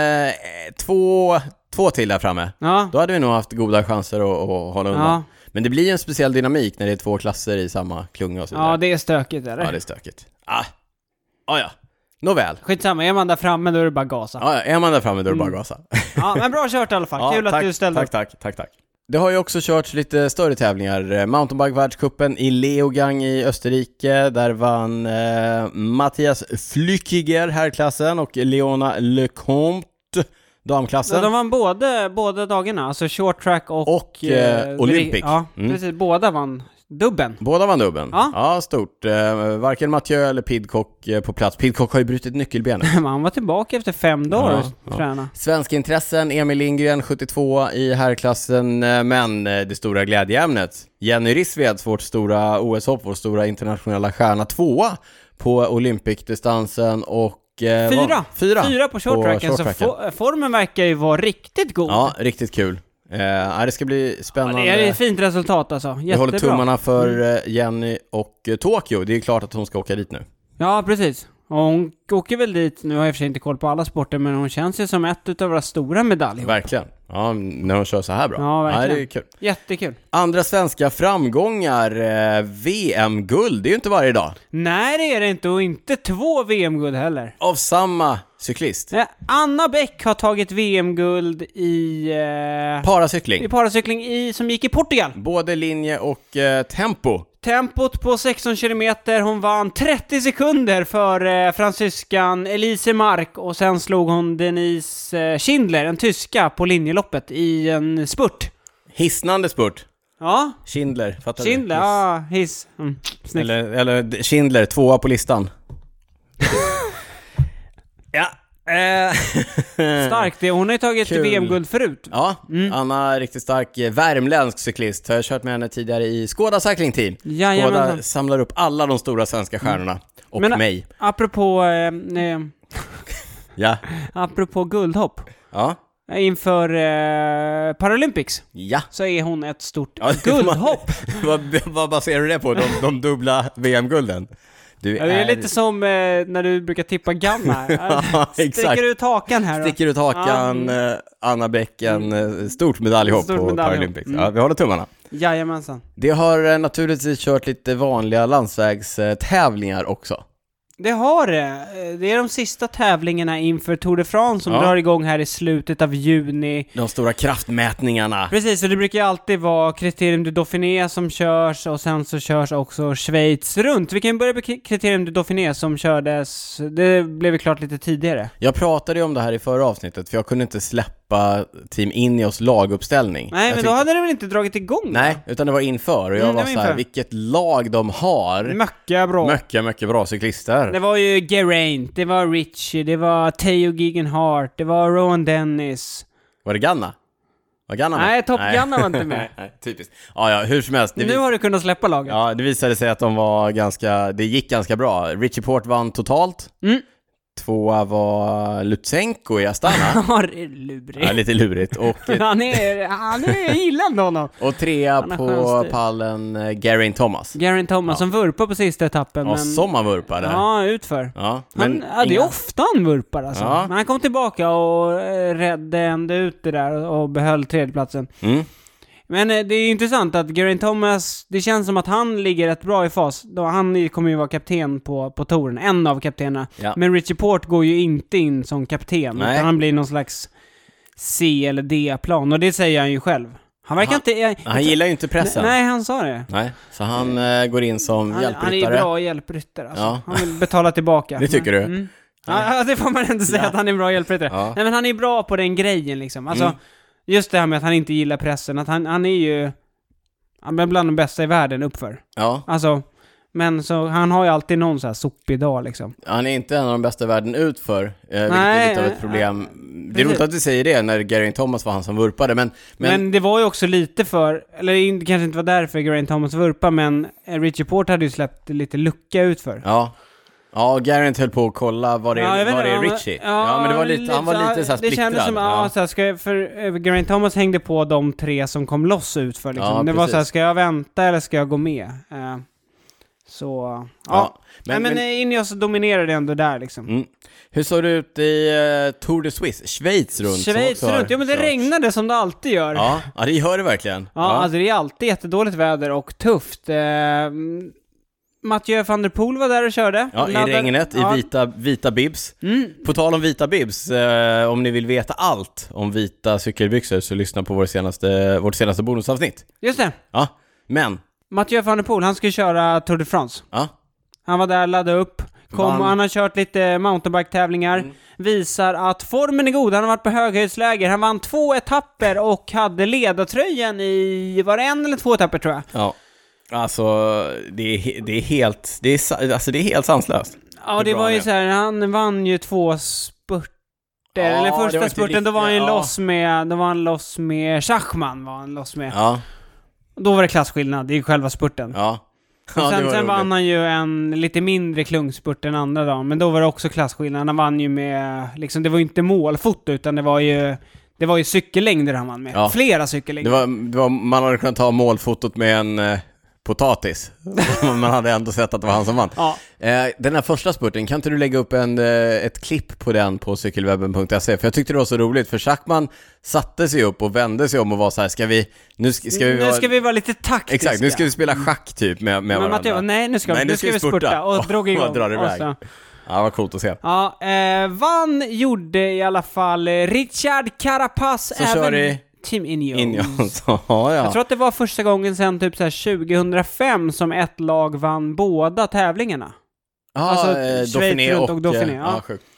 eh, två, två till där framme. Ja. Då hade vi nog haft goda chanser att, att hålla undan. Ja. Men det blir en speciell dynamik när det är två klasser i samma klunga och så vidare. Ja, det är stökigt, eller? Ja, det är stökigt. Ah, ah ja. Nåväl. Skitsamma, är man där framme då är det bara gasa. Ja, är man där framme då är det bara mm. gasa. Ja, men bra kört i alla fall. Ja, kul tack, att du ställde tack, tack, tack, tack. Det har ju också kört lite större tävlingar. Mountainbike-världscupen i Leogang i Österrike. Där vann eh, Mattias Flückiger herrklassen och Leona Lecomte damklassen. Ja, de vann både, båda dagarna, alltså short track och... Och eh, Olympic. Ja, mm. precis. Båda vann dubben. Båda vann dubben. Ja, ja stort. Eh, varken Mathieu eller Pidcock eh, på plats. Pidcock har ju brutit nyckelbenet. Han var tillbaka efter fem dagar och ja, träna. Ja. Svenska intressen, Emil Lindgren sjuttiotvå i herrklassen, eh, men eh, det stora glädjeämnet. Jenny Rissveds, vårt stora O S-hopp, vår stora internationella stjärna, tvåa på Olympic-distansen och Fyra. Var, fyra. Fyra på shorttracken, så for, formen verkar ju vara riktigt god. Ja, riktigt kul. Eh, det ska bli spännande. Ja, det är ett fint resultat alltså. Jättebra. Jag håller tummarna för Jenny och Tokyo. Det är klart att hon ska åka dit nu. Ja, precis. Och hon åker väl dit, nu har jag i och för sig inte koll på alla sporter, men hon känns ju som ett av våra stora medaljer. Verkligen. Ja, när hon kör så här bra. Ja, verkligen. Ja, det är kul. Jättekul. Andra svenska framgångar, eh, V M-guld, det är ju inte varje dag. Nej, det är det inte, och inte två V M-guld heller. Av samma cyklist. Ja, Anna Bäck har tagit V M-guld i... Eh, paracykling. I paracykling i, som gick i Portugal. Både linje och eh, tempo. Tempot på sexton kilometer, hon vann trettio sekunder för eh, fransyskan Elise Mark och sen slog hon Denise eh, Schindler, en tyska, på linjeloppet i en spurt. Hisnande spurt. Ja. Schindler, fattar Schindler, du? ja, hiss. Mm, eller, eller Schindler, tvåa på listan. Ja. Starkt, hon har ju tagit Kul. V M-guld förut. Ja, mm. Anna är riktigt stark värmländsk cyklist. Jag har kört med henne tidigare i Skåda Cycling Team. Ja, Skåda samlar upp alla de stora svenska stjärnorna. Mm. Och Men, mig. Apropå eh, eh, ja. Apropå guldhopp. Ja. Inför eh, Paralympics. Ja. Så är hon ett stort ja, guldhopp. vad, vad baserar du det på? De, de dubbla V M-gulden? Du ja, det är, är lite som eh, när du brukar tippa gamma. Ja, sticker ut hakan här då. Sticker ut hakan, ja. eh, Anna Bäcken, eh, stort medaljhopp stort på medaljhopp. Paralympics. Mm. Ja, vi håller tummarna. Jajamensan. Det har eh, naturligtvis kört lite vanliga landsvägstävlingar också. Det har det. Det är de sista tävlingarna inför Tour de France som ja. drar igång här i slutet av juni. De stora kraftmätningarna. Precis, och det brukar ju alltid vara Criterium du Dauphiné som körs och sen så körs också Schweiz runt. Vi kan börja med Criterium du Dauphiné som kördes, det blev klart lite tidigare. Jag pratade ju om det här i förra avsnittet för jag kunde inte släppa Team Ineos laguppställning. Nej, jag men då hade det väl inte dragit igång? Nej, då? Utan det var inför och jag mm, var, var så här, vilket lag de har. Mycket bra. Mycket, mycket bra cyklister. Det var ju Geraint, det var Richie, det var Theo Gegenhardt, det var Rowan Dennis. Var det Ganna? Var Ganna med? Nej, Top Ganna var inte med. Nej, typiskt. Ja, ja, hur som helst. Nu vis- har du kunnat släppa laget. Ja, det visade sig att de var ganska, det gick ganska bra. Richie Port vann totalt. Mm. tvåa var Lutsenko i Astana. Ja, det är lurigt. Ja, lite lurigt. Och, han är, han är gillande honom. Och trea på pallen uh, Geraint Thomas. Geraint Thomas ja. som vurpar på sista etappen. Ja, men... som han vurpade. Ja, utför. Ja, men han, ja, det är ofta han vurpar alltså. Ja. Men han kom tillbaka och eh, räddade ända ut det där och behöll tredjeplatsen. Mm. Men eh, det är intressant att Geraint Thomas, det känns som att han ligger rätt bra i fas. Då han kommer ju vara kapten på, på touren, en av kaptenerna. Ja. Men Richie Porte går ju inte in som kapten. Nej. Utan han blir någon slags C- eller D-plan. Och det säger han ju själv. Han verkar han, inte... Jag, han jag, gillar ju inte pressen. Nej, han sa det. Nej, så han äh, går in som han, hjälpryttare. Han är bra hjälpryttare. Alltså. Ja. Han vill betala tillbaka. Det tycker du? Mm. Ja, det får man inte säga, ja. Att han är bra hjälpryttare. Ja. Nej, men han är bra på den grejen liksom. Alltså, mm. just det här med att han inte gillar pressen. Att han, han är ju... Han är bland de bästa i världen uppför. Ja. Alltså, men så han har ju alltid någon så här sopig dag liksom. Han är inte en av de bästa i världen utför, eh, vilket är lite av ett problem. Äh, det är roligt att du säger det när Geraint Thomas var han som vurpade, men, men... Men det var ju också lite för, eller det kanske inte var därför Geraint Thomas vurpade, men Richie Porte hade ju släppt lite lucka utför. Ja. Ja, Geraint höll på att kolla vad det, ja, var det är Richie. Ja, ja, men det var lite, han var lite så här splittrad. Det kändes som, ja, ja så här, ska jag, för Geraint Thomas hängde på de tre som kom loss ut för liksom. Ja, det var så här, ska jag vänta eller ska jag gå med? Uh, så, ja. ja men, Nej, men, men Ineos dominerade ändå där liksom. Mm. Hur såg det ut i uh, Tour de Suisse? Schweiz runt? Schweiz runt, ja men det kört. Regnade som det alltid gör. Ja, ja det gör det verkligen. Ja, ja. Alltså det är alltid jättedåligt väder och tufft. Uh, Mathieu van der Poel var där och körde. Ja, i regnet, ja. i vita, vita bibs. Mm. På tal om vita bibs, eh, om ni vill veta allt om vita cykelbyxor så lyssna på vår senaste, vårt senaste bonusavsnitt. Just det. Ja, men... Mathieu van der Poel, han ska köra Tour de France. Ja. Han var där, laddade upp. Kom, han har kört lite mountainbike-tävlingar. Mm. Visar att formen är god. Han har varit på höghöjdsläger. Han vann två etapper och hade ledartröjan i... Var det en eller två etapper tror jag? Ja. Alltså, det är, det är helt det är, alltså det är helt sanslöst. Ja, det var ju så här, han vann ju två spurter. Ja, eller första spurten, riktigt, då var han ju ja. loss med, då var han loss med Schachman var han loss med. Ja. Då var det klasskillnad, det är ju själva spurten. Ja. Och sen, ja, sen vann han ju en lite mindre klungspurt än andra dagen, men då var det också klasskillnad. Han vann ju med, liksom, det var ju inte målfoto, utan det var ju... Det var ju cykellängder han vann med. Ja. Flera cykellängder. Det var, det var, man hade kunnat ta målfotot med en... Eh... potatis. Man hade ändå sett att det var han som vann. Ja. Eh, den här första spurten, kan inte du lägga upp en, eh, ett klipp på den på cykelwebben punkt se? För jag tyckte det var så roligt, för Schachman satte sig upp och vände sig om och var så här, ska vi... Nu ska, ska vi vara... Nu ska vi vara lite taktiska. Exakt, nu ska vi spela schack typ med, med Men varandra. Matteo, nej, nu ska, nej, nu ska, ska vi spurta. spurta. Och drog igång. Och drar iväg. Och ja, vad coolt att se. Ja, eh, vann gjorde i alla fall Richard Carapaz. Så kör i... Team Ineos. Ineos. Ja, ja. Jag tror att det var första gången sedan typ så här tjugohundrafem som ett lag vann båda tävlingarna. Ja, alltså eh, Dauphiné och, och Dauphiné. Ja. Ja, sjukt.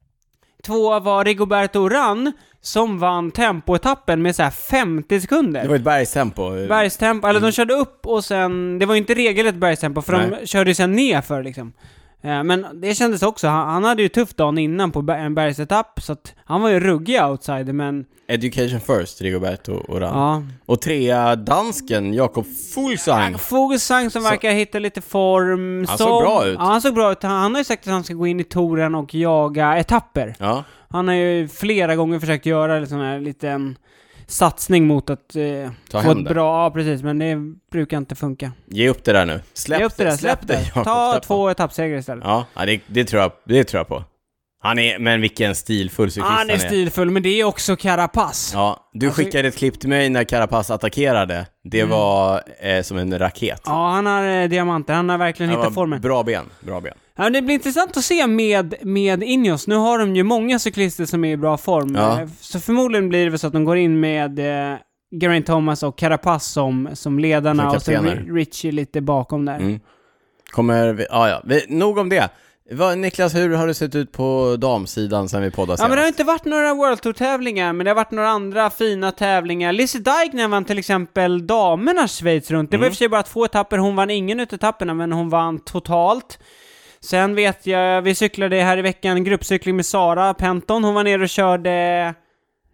Två var Rigoberto Urán som vann tempoetappen med så här femtio sekunder. Det var ett bergstempo. Bergstempo, eller mm. de körde upp och sen, det var inte regelrätt bergstempo för Nej. de körde ju sen ner för liksom. Men det kändes också, han, han hade ju tufft dagen innan på en bergsetapp, så att han var ju ruggig outsider, men... Education first, Rigoberto Urán. Ja. Och trea dansken, Jakob Fuglsang. Ja, Fuglsang som så... verkar hitta lite form. Han som... såg bra ut. Ja, han såg bra ut. Han har ju sagt att han ska gå in i touren och jaga etapper. Ja. Han har ju flera gånger försökt göra en sån här liten satsning mot att eh, Ta få ett bra... Ja, precis, men det brukar inte funka. Ge upp det där nu. Släpp Ge upp det där, släpp, släpp det. Jakob, Ta släpp två etappsegrar istället. Ja, det, det, tror jag, det tror jag på. Han är, men vilken stilfull cyklist han är. Han är stilfull, men det är också Carapaz. Ja, du alltså... skickade ett klipp till mig när Carapaz attackerade. Det mm. var eh, som en raket. Ja, han har eh, diamanter. Han har verkligen han hittat formen. Bra ben, bra ben. Ja, det blir intressant att se med, med Ineos. Nu har de ju många cyklister som är i bra form. Ja. Så förmodligen blir det väl så att de går in med eh, Geraint Thomas och Carapaz som, som ledarna som och så Richie lite bakom där. Mm. Kommer vi, ja, ja. Vi, nog om det. Va, Niklas, hur har det sett ut på damsidan sen vi poddade senast? Ja, men det har inte varit några World Tour-tävlingar, men det har varit några andra fina tävlingar. Lizzie Deigner vann till exempel damernas Schweiz runt. Det var mm. i och för sig bara två etapper. Hon vann ingen ut etapperna, men hon vann totalt. Sen vet jag, vi cyklade här i veckan gruppcykling med Sara Penton. Hon var nere och körde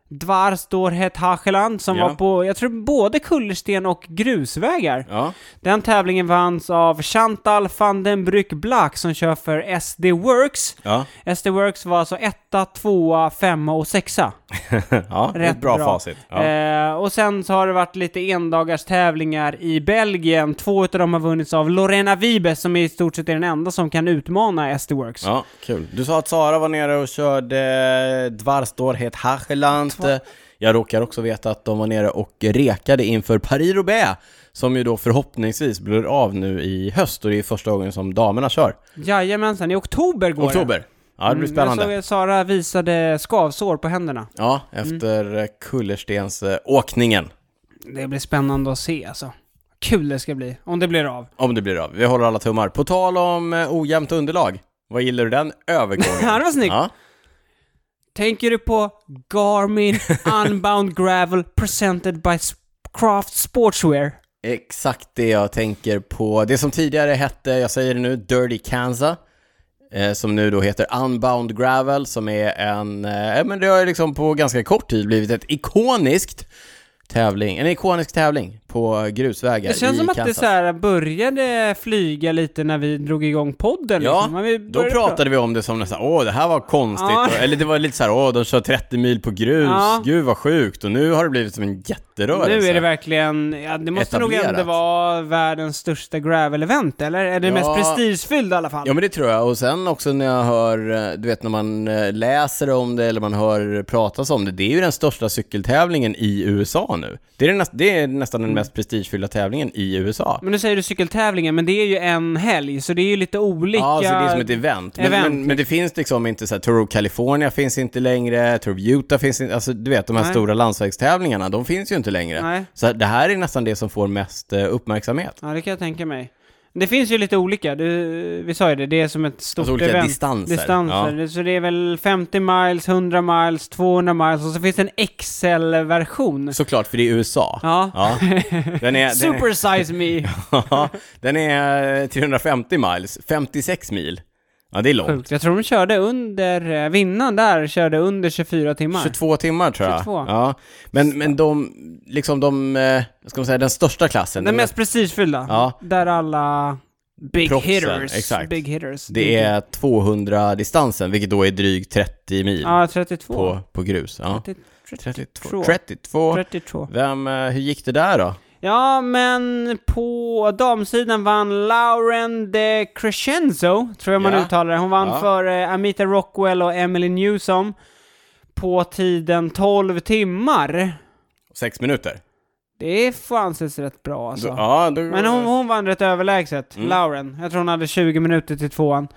Dvarstorhet Hacheland som ja. var på, jag tror både kullersten och grusvägar. Ja. Den tävlingen vanns av Chantal van den Brück Black som kör för S D Works. Ja. S D Works var alltså etta, tvåa, femma och sexa. Ja, det är ett bra, bra. facit. Ja. Eh, och sen så har det varit lite endagars tävlingar i Belgien. Två av dem har vunnits av Lorena Vibes som i stort sett är den enda som kan utmana S D Works. Ja, kul. Du sa att Sara var nere och körde Dvarstorhet Hacheland. Jag råkar också veta att de var nere och rekade inför Paris-Roubaix, som ju då förhoppningsvis blir av nu i höst, och det är första gången som damerna kör. Jajamensan, i oktober går Oktober. det. Ja, det blir spännande. Mm, jag såg att Sara visade skavsår på händerna. Ja, efter mm. kullerstens äh, åkningen. Det blir spännande att se alltså. Kul det ska bli, om det blir av. Om det blir av. Vi håller alla tummar. På tal om äh, ojämnt underlag. Vad gillar du den övergången? Ja, det var snyggt. Ja. Tänker du på Garmin Unbound Gravel presented by Craft Sportswear? Exakt det jag tänker på. Det som tidigare hette, jag säger det nu, Dirty Kanza. Eh, som nu då heter Unbound Gravel, som är en, eh, men det har liksom på ganska kort tid blivit ett ikoniskt tävling, en ikonisk tävling på grusvägar. Det känns i som att Kansas. det så här började flyga lite när vi drog igång podden. Ja, liksom. Vi då pratade vi om det som nästan, åh det här var konstigt. Ja. Och, eller det var lite så här, åh de kör trettio mil på grus, Ja. gud vad sjukt. Och nu har det blivit som en jätterörelse. Nu är det verkligen, ja, det måste nog ändå vara världens största gravel-event, eller? Är det Ja. mest prestigefylld i alla fall? Ja, men det tror jag. Och sen också när jag hör, du vet när man läser om det eller man hör pratas om det, det är ju den största cykeltävlingen i U S A nu. Det är, näst, det är nästan den mest prestigefyllda tävlingen i U S A. Men nu säger du cykeltävlingen, men det är ju en helg, så det är ju lite olika... Ja, så det är som ett event. Men, event. men, men det finns liksom inte så här, Tour of California finns inte längre, Tour of Utah finns inte, alltså du vet, de här Nej. stora landsvägstävlingarna, de finns ju inte längre. Nej. Så det här är nästan det som får mest uh, uppmärksamhet. Ja, det kan jag tänka mig. Det finns ju lite olika, du, vi sa ju det, det är som ett stort alltså olika event. distanser. distanser. Ja. Så det är väl femtio miles, hundra miles, tvåhundra miles och så finns det en X L-version. Såklart, för det är U S A. Ja. Ja. Den är, Super size me. Ja, den är trehundrafemtio miles, femtiosex mil. Ja, det är långt. Sjukt. Jag tror de körde under, vinnaren där körde under tjugofyra timmar. tjugotvå timmar tror jag. tjugotvå. Ja. Men, men de, liksom de, ska man säga, den största klassen. Den, den mest prestigefyllda. Ja. Där alla big Proffsen, hitters. exakt. Big hitters. Det är tvåhundra-distansen, vilket då är drygt trettio mil. Ja, trettiotvå. På, på grus. Ja. trettio, trettiotvå. trettiotvå. trettiotvå. Vem, hur gick det där då? Ja, men på damsidan vann Lauren de Crescenzo, tror jag man ja. uttalar det. Hon vann ja. för eh, Amita Rockwell och Emily Newsom på tiden tolv timmar. Sex minuter. Det får anses rätt bra alltså. Då, ja, då... Men hon, hon vann rätt överlägset, mm. Lauren. Jag tror hon hade tjugo minuter till tvåan.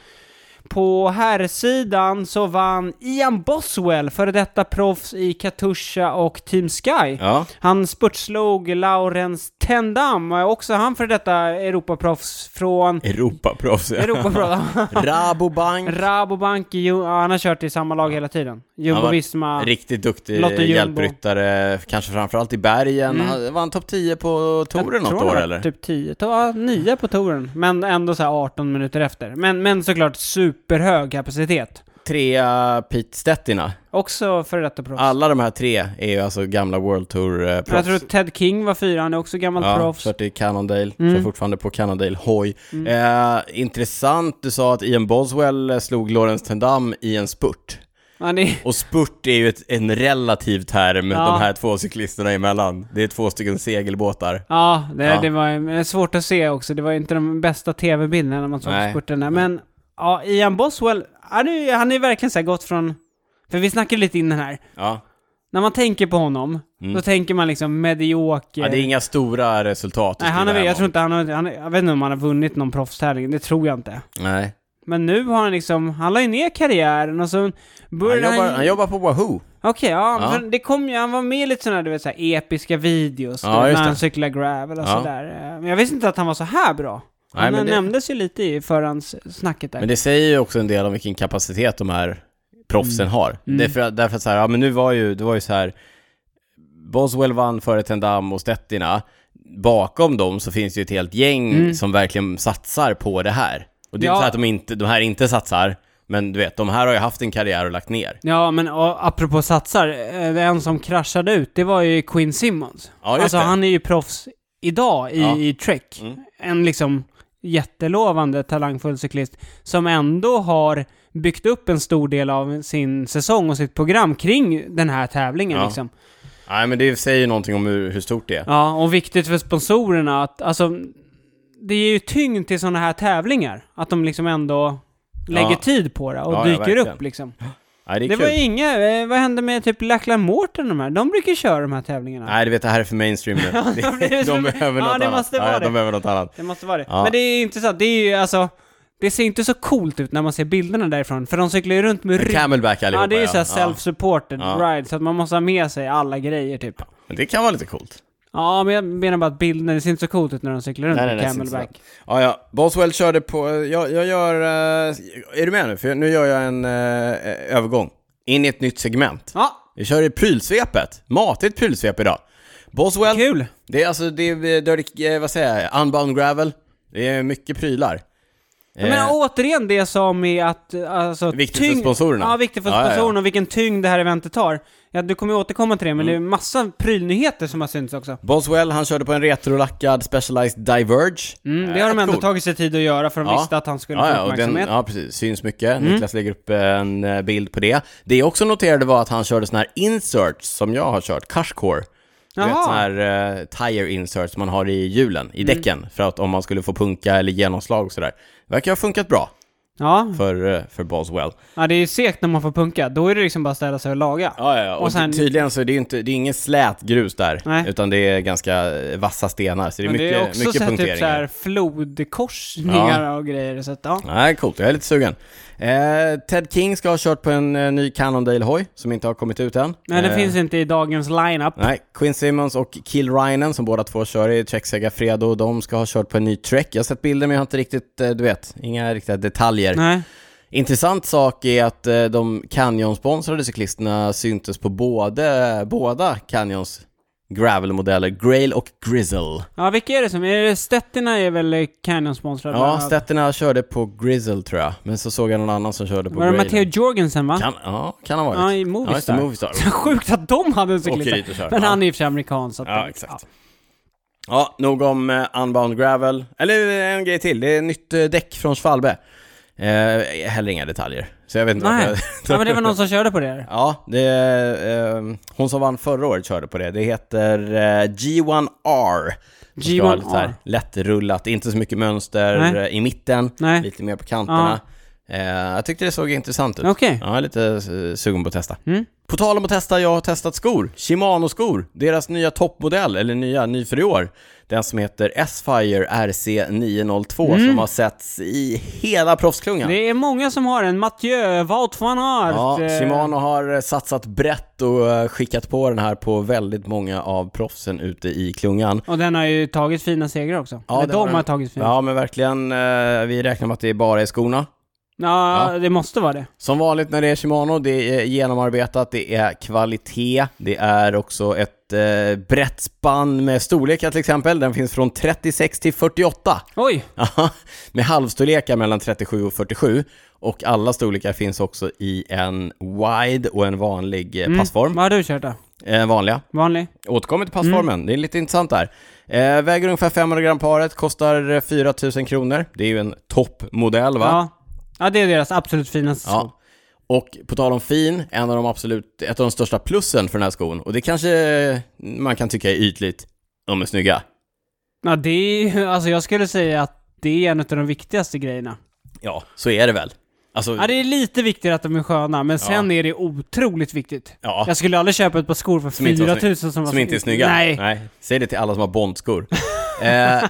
På herrsidan så vann Ian Boswell, före detta proffs i Katusha och Team Sky. Ja. Han spurtslog Laurens Tendam, också han för detta Europaproffs från... Europaproffs, ja. Europaproffs. Rabobank. Rabobank, ja, han har kört i samma lag hela tiden. Jumbo-Visma. Riktigt duktig hjälpryttare, kanske framförallt i bergen. Mm. Han var han topp tio på touren något år, eller? Typ tio, ja, nio på touren. Men ändå så här arton minuter efter. Men, men såklart superhög kapacitet. Trea Pete Stettina. Också för detta proffs. Alla de här tre är ju alltså gamla World Tour eh, proffs. Jag tror Ted King var fyra, han är också gammal ja, proffs. Ja, kört i Cannondale, mm. kör fortfarande på Cannondale Hoy. Mm. Eh, intressant, du sa att Ian Boswell slog Laurens Tendam i en spurt. Ja, det... Och spurt är ju ett, en relativ term, ja. De här två cyklisterna emellan. Det är två stycken segelbåtar. Ja, det, ja. det var svårt att se också. Det var inte de bästa tv-bilderna när man såg spurterna. Men ja, Ian Boswell, han är, han är verkligen så här gått från... För vi snackade lite innan här. Ja. När man tänker på honom, mm. då tänker man liksom medioker. Ja, det är inga stora resultat. Nej, han har, jag tror inte han har, han, jag vet inte om han har vunnit någon proffstävling. Det tror jag inte. Nej. Men nu har han liksom, han la ju ner karriären och så började han... Jobbar, han, han jobbar på Wahoo. Okej, okay, ja, ja. För det kom ju, han var med lite sådana, du vet, så här episka videos ja, när han cyklar gravel och ja. sådär. Men jag visste inte att han var så här bra. Nej, han men det... nämndes ju lite i förhandssnacket där. Men det säger ju också en del om vilken kapacitet de här proffsen mm. har. Mm. Därför, därför att så här, ja men nu var ju, det var ju så här, Boswell vann före Tendam och Stettina. Bakom dem så finns det ju ett helt gäng mm. som verkligen satsar på det här. Och det är ja. inte så att de, inte, de här inte satsar, Men du vet, de här har ju haft en karriär och lagt ner. Ja, men och, apropå satsar, det en som kraschade ut, det var ju Quinn Simmons. Ja, just alltså det. han är ju proffs idag i, ja. i Trek. Mm. En liksom jättelovande, talangfull cyklist som ändå har byggt upp en stor del av sin säsong och sitt program kring den här tävlingen ja. liksom. Nej, men det säger ju någonting om hur, hur stort det är. Ja, och viktigt för sponsorerna att, alltså, det är ju tyngd till sådana här tävlingar. Att de liksom ändå lägger ja. tid på det och ja, dyker ja, upp liksom. Nej, det är det kul. var inga, vad hände med typ Lachlan Morton de här? De brukar köra de här tävlingarna. Nej, du vet, det här är för mainstream nu. de, de behöver något ja, det annat. Måste vara ja, det. de behöver något annat. Det måste vara det. Ja. Men det är intressant. Det är ju alltså, det ser inte så coolt ut när man ser bilderna därifrån. För de cyklar ju runt med rygg. Camelback allihopa. Ja, det är ju ja. så här self-supported ja. ride. Så att man måste ha med sig alla grejer typ. Men det kan vara lite coolt. Ja, men jag menar bara att bilderna, det ser inte så coolt ut när de cyklar runt nej, med nej, Camelback. Ja, ja. Boswell körde på... Jag, jag gör... Uh, är du med nu? För nu gör jag en uh, övergång. In i ett nytt segment. Ja. Vi kör i prylsvepet. Matigt prylsvep idag. Boswell. Kul. Det är alltså, det är, det är, vad säger jag, unbound gravel. Det är mycket prylar. Men eh, återigen det som är att... Alltså, viktigt tyng- för sponsorerna. Ja, viktigt för ja, sponsorerna ja, ja. och vilken tyngd det här eventet tar. Ja, du kommer ju återkomma till det, men mm. det är massa prylnyheter som har synts också. Boswell, han körde på en retrolackad Specialized Diverge. Mm, det har de ändå cool. tagit sig tid att göra, för de ja. visste att han skulle ja, få ja, uppmärksamhet. Den, ja, precis. Syns mycket. Mm. Niklas lägger upp en bild på det. Det jag också noterade var att han körde såna här inserts som jag har kört, Cushcore. Du vet, sån här uh, tire inserts man har i hjulen, i däcken. Mm. För att om man skulle få punka eller genomslag och sådär. Det verkar ha funkat bra. Ja. För, för Boswell. Ja, det är ju segt när man får punka. Då är det liksom bara ställa sig och laga. Ja, ja, ja. Och, och sen... tydligen så är det ju inte, det är ingen slät grus där. Nej. Utan det är ganska vassa stenar. Så det är men mycket, det är också mycket så punkteringar. Typ så här flodkorsningar ja. och grejer. Så att, ja. Nej, coolt. Jag är lite sugen. Eh, Ted King ska ha kört på en eh, ny Cannondale-hoj som inte har kommit ut än. Nej, det eh, finns inte i dagens lineup. Nej, Quinn Simmons och Kill Reinen som båda två kör i Trek Segafredo, de ska ha kört på en ny Trek. Jag har sett bilder men jag har inte riktigt, eh, du vet, inga riktiga detaljer. Nej. Intressant sak är att eh, de Canyon-sponsrade cyklisterna syntes på både, båda Canyons gravelmodeller, Grail och Grizzle. Ja, vilka är det som? Är det Stettina är väl Canyon-sponsrade? Ja, Stettina körde på Grizzle tror jag. Men så såg jag någon annan som körde på Grail. Var det Matteo Jorgensen va? Kan, ja, kan ha varit. Ja, i Movistar. Ja, Movistar. Så sjukt att de hade en cyklist. Men ja. han är ju för amerikan så att ja, det, exakt. Ja. Ja, nog om uh, Unbound Gravel. Eller en grej till, det är nytt uh, däck från Schwalbe. Eh, heller inga detaljer. Så jag vet inte. Nej. Jag... ja, men det var någon som körde på det. Ja, det är, eh, hon som vann förra året körde på det. Det heter eh, G ett R. G ett R. Lättrullat, inte så mycket mönster Nej. i mitten, Nej. lite mer på kanterna. Ja. Eh, jag tyckte det såg intressant ut. Okej. Okay. Ja, jag är lite uh, sugen på att testa. Mm. På tal om att testa, jag har testat skor. Shimano-skor. Deras nya toppmodell, eller nya, ny för i år. Den som heter S-Fire R C nio noll två mm. som har setts i hela proffsklungan. Det är många som har en. Mathieu, Wout van Aert. Ja, Shimano har satsat brett och skickat på den här på väldigt många av proffsen ute i klungan. Och den har ju tagit fina segrar också. Ja, de har den... tagit fina. Ja, men verkligen. Vi räknar med att det är bara i skorna. Ja, ja, det måste vara det. Som vanligt när det är Shimano, det är genomarbetat, det är kvalitet, det är också ett eh, brett spann med storlekar till exempel. Den finns från trettiosex till fyrtioåtta. Oj! Med halvstorlekar mellan trettiosju och fyrtiosju. Och alla storlekar finns också i en wide och en vanlig eh, mm. passform. Vad har du kört då? Eh, vanliga. Vanlig. Återkommer till passformen, mm. det är lite intressant där. Eh, väger ungefär femhundra gram paret, kostar fyra tusen kronor. Det är ju en toppmodell va? Ja. Ja, det är deras absolut finaste ja. sko. Och på tal om fin, en av de absolut, ett av de största plussen för den här skon. Och det kanske man kan tycka är ytligt. De är snygga. Ja, det är, alltså jag skulle säga att det är en av de viktigaste grejerna. Ja, så är det väl. Alltså, ja, det är lite viktigt att de är sköna, men sen ja. är det otroligt viktigt. Ja. Jag skulle aldrig köpa ett par skor för fyra tusen som, som inte är snygga. Nej. Nej. Säg det till alla som har Bondskor. eh...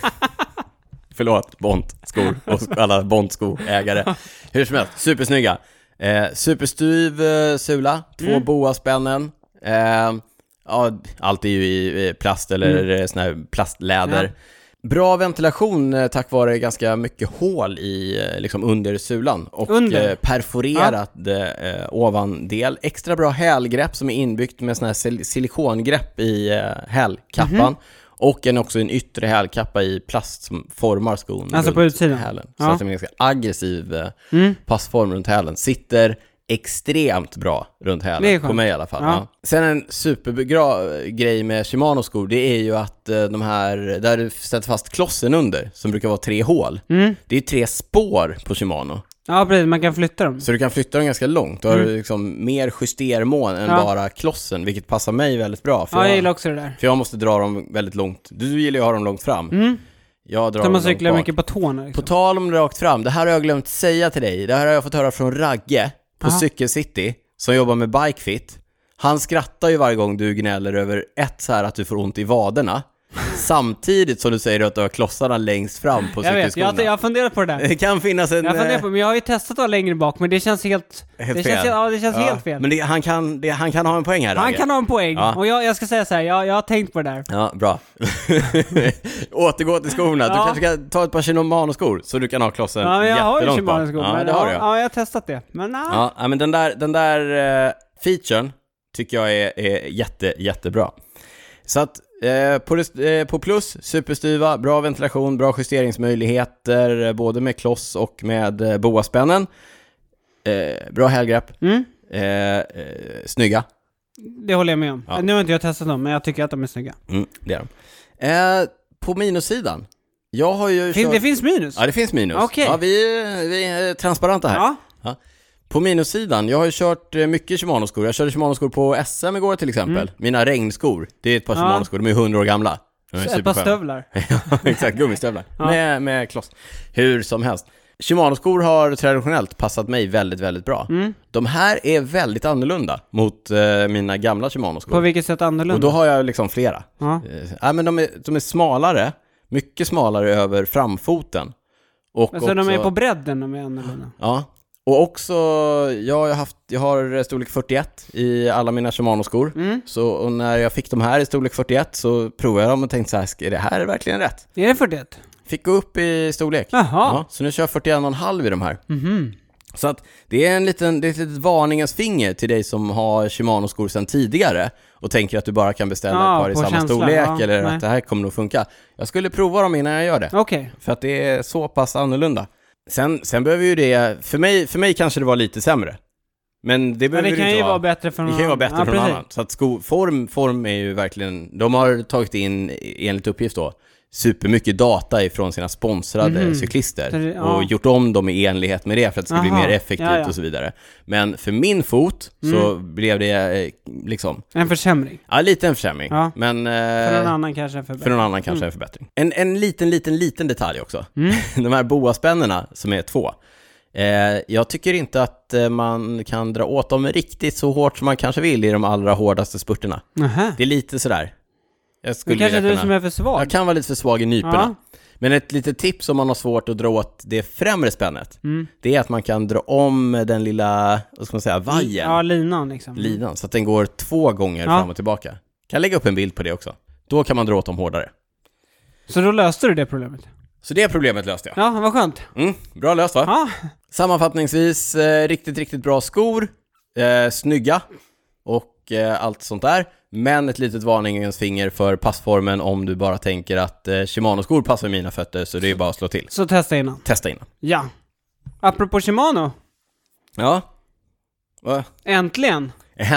Förlåt, Bond-skor och alla Bond-skoägare. Hur som helst, supersnygga. Eh, superstyv eh, sula, två mm. boaspännen. Eh, ja, allt är ju i plast eller mm. sån här plastläder. Ja. Bra ventilation eh, tack vare ganska mycket hål i eh, liksom under sulan och under. Eh, perforerat ja. eh, ovandel. Extra bra hälgrepp som är inbyggt med sån här sil- silikongrepp i eh, hälkappan. Mm-hmm. Och en också en yttre hälkappa i plast som formar skon. Alltså på utsidan? Hälen. Ja. Så att det är en ganska aggressiv mm. passform runt hälen. Sitter extremt bra runt hälen, på mig i alla fall. Ja. Ja. Sen en superbra grej med Shimano-skor, det är ju att de här, där du sätter fast klossen under, som brukar vara tre hål, mm. det är tre spår på Shimano. Ja, precis. Man kan flytta dem. Så du kan flytta dem ganska långt. Du har mm. liksom mer justermån än ja. bara klossen, vilket passar mig väldigt bra. För ja, jag jag gillar också det där. För jag måste dra dem väldigt långt. Du gillar ju att ha dem långt fram. Mm. Jag drar så dem man cyklar långt mycket på tårna. Liksom. På tal om rakt fram, det här har jag glömt säga till dig. Det här har jag fått höra från Ragge på Aha. Cykelcity, som jobbar med Bikefit. Han skrattar ju varje gång du gnäller över ett så här att du får ont i vaderna. Samtidigt som du säger att du har klossarna längst fram på jag cykelskorna. vet, jag, jag har funderat på det där. Det kan finnas en... Jag funderar på, men jag har ju testat att vara längre bak, men det känns helt... Helt det fel. Känns, ja, det känns ja. helt fel. Men det, han, kan, det, han kan ha en poäng här, Han Ragge. kan ha en poäng. Ja. Och jag, jag ska säga så här, jag, jag har tänkt på det där. Ja, bra. Återgå till skorna. Du ja. kanske ska ta ett par Shimano-skor så du kan ha klossen ja, jag har ju jättelångt bak. Shimano-skor. Ja, men det har ja, du. ja, jag har testat det. Men nej. Ja, ja, men den där, den där uh, featuren tycker jag är, är jätte, jättebra. Så att eh, på, eh, på plus, superstyva, bra ventilation, bra justeringsmöjligheter, eh, både med kloss och med eh, boaspännen. Eh, bra hälgrepp. Mm. Eh, eh, snygga. Det håller jag med om. Ja. Nu har inte jag testat dem, men jag tycker att de är snygga. Mm, det är de. Eh, på minussidan. Jag har ju fin, kört... Det finns minus? Ja, det finns minus. Okay. Ja, vi, vi är transparenta här. Ja. Ja. På minussidan, jag har ju kört mycket Shimano-skor. Jag körde Shimano-skor på S M igår till exempel. Mm. Mina regnskor, det är ett par ja. Shimano-skor, de är hundra år gamla. Ett par stövlar. Ja, exakt, gummistövlar. Ja. Med, med kloss. Hur som helst. Shimano-skor har traditionellt passat mig väldigt, väldigt bra. Mm. De här är väldigt annorlunda mot eh, mina gamla Shimano-skor. På vilket sätt annorlunda? Och då har jag liksom flera. Ja. Eh, ja, men de är, de är smalare, mycket smalare över framfoten. Och alltså också, de är på bredden, de är annorlunda. Ja. Och också, jag har, haft, jag har storlek fyrtioett i alla mina Shimano-skor. Mm. Så och när jag fick de här i storlek fyrtioett så provade jag dem och tänkte så här, är det här verkligen rätt? Är det fyrtioett? Fick gå upp i storlek. Jaha. Ja, så nu kör jag fyrtioen komma fem i de här. Mhm. Så att det är, en liten, det är ett litet varningens finger till dig som har Shimano-skor sedan tidigare och tänker att du bara kan beställa ja, ett par i samma känslan. storlek Ja, eller nej. att det här kommer nog funka. Jag skulle prova dem innan jag gör det. Okej. Okay. För att det är så pass annorlunda. Sen, sen behöver ju det, för mig, för mig kanske det var lite sämre. Men det behöver ja, det kan ju ju vara, vara bättre för någon Det kan ju vara bättre ja, för någon precis. annan. Så att sko, form, form är ju verkligen, de har tagit in enligt uppgift då supermycket data ifrån sina sponsrade mm. cyklister det, ja. och gjort om dem i enlighet med det för att det ska Aha. bli mer effektivt ja, ja. och så vidare. Men för min fot mm. så blev det liksom en försämring. Ja, lite en försämring. Ja. Men för någon annan kanske en förbättring. För någon annan kanske mm. en förbättring. En, en liten, liten, liten detalj också. Mm. De här boaspännerna som är två. Eh, jag tycker inte att eh, man kan dra åt dem riktigt så hårt som man kanske vill i de allra hårdaste spurterna. Aha. Det är lite sådär. Jag skulle det kanske är kunna, du som är för svag. Jag kan vara lite för svag i nyporna. Ja. Men ett litet tips om man har svårt att dra åt det främre spännet, mm. det är att man kan dra om den lilla, vad ska man säga, vajen. Ja, linan liksom. Linan, så att den går två gånger ja. fram och tillbaka. Kan lägga upp en bild på det också. Då kan man dra åt dem hårdare. Så då löste du det problemet? Så det problemet löste jag. Ja, vad skönt. Mm, bra löst va? Ja. Sammanfattningsvis, eh, riktigt, riktigt bra skor. Eh, snygga. Och eh, allt sånt där. Men ett litet varningens finger för passformen om du bara tänker att eh, Shimano-skor passar i mina fötter, så det är bara att slå till. Så testa innan. Testa innan. Ja. Apropå Shimano. Ja. Va? Äntligen.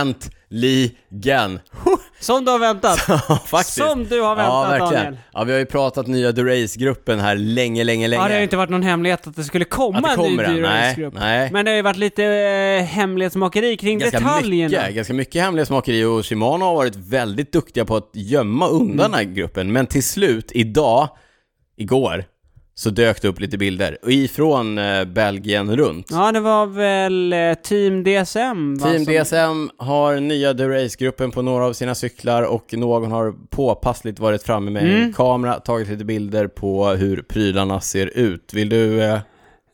Äntligen. Som du har väntat. Faktiskt. Som du har väntat, ja, verkligen. Daniel. Ja, vi har ju pratat nya Durace-gruppen här länge, länge, länge. Ja, det har ju inte varit någon hemlighet att det skulle komma att det kommer en ny nej, Durace-grupp. nej. Men det har ju varit lite eh, hemlighetsmakeri kring ganska detaljerna. Mycket, ganska mycket hemlighetsmakeri, och Shimano har varit väldigt duktiga på att gömma undan mm. den här gruppen. Men till slut, idag, igår, så dök det upp lite bilder ifrån eh, Belgien runt. Ja, det var väl eh, Team D S M. Va, Team som... D S M har nya Durace-gruppen på några av sina cyklar, och någon har påpassligt varit framme med mm. en kamera, tagit lite bilder på hur prylarna ser ut. Vill du... Eh...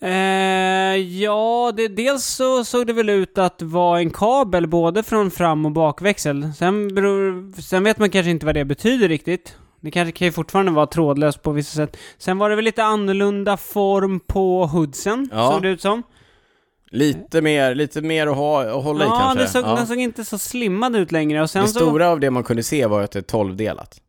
Eh, ja, det, dels så såg det väl ut att vara en kabel både från fram- och bakväxel. Sen, beror, sen vet man kanske inte vad det betyder riktigt. Det kanske kan ju fortfarande vara trådlöst på vissa sätt. Sen var det väl lite annorlunda form på hoodsen, ja. Såg det ut som. Lite mer, lite mer att, ha, att hålla ja, i kanske. Det såg, ja, den såg inte så slimmad ut längre. Och sen det så... stora av det man kunde se var att det är tolvdelat.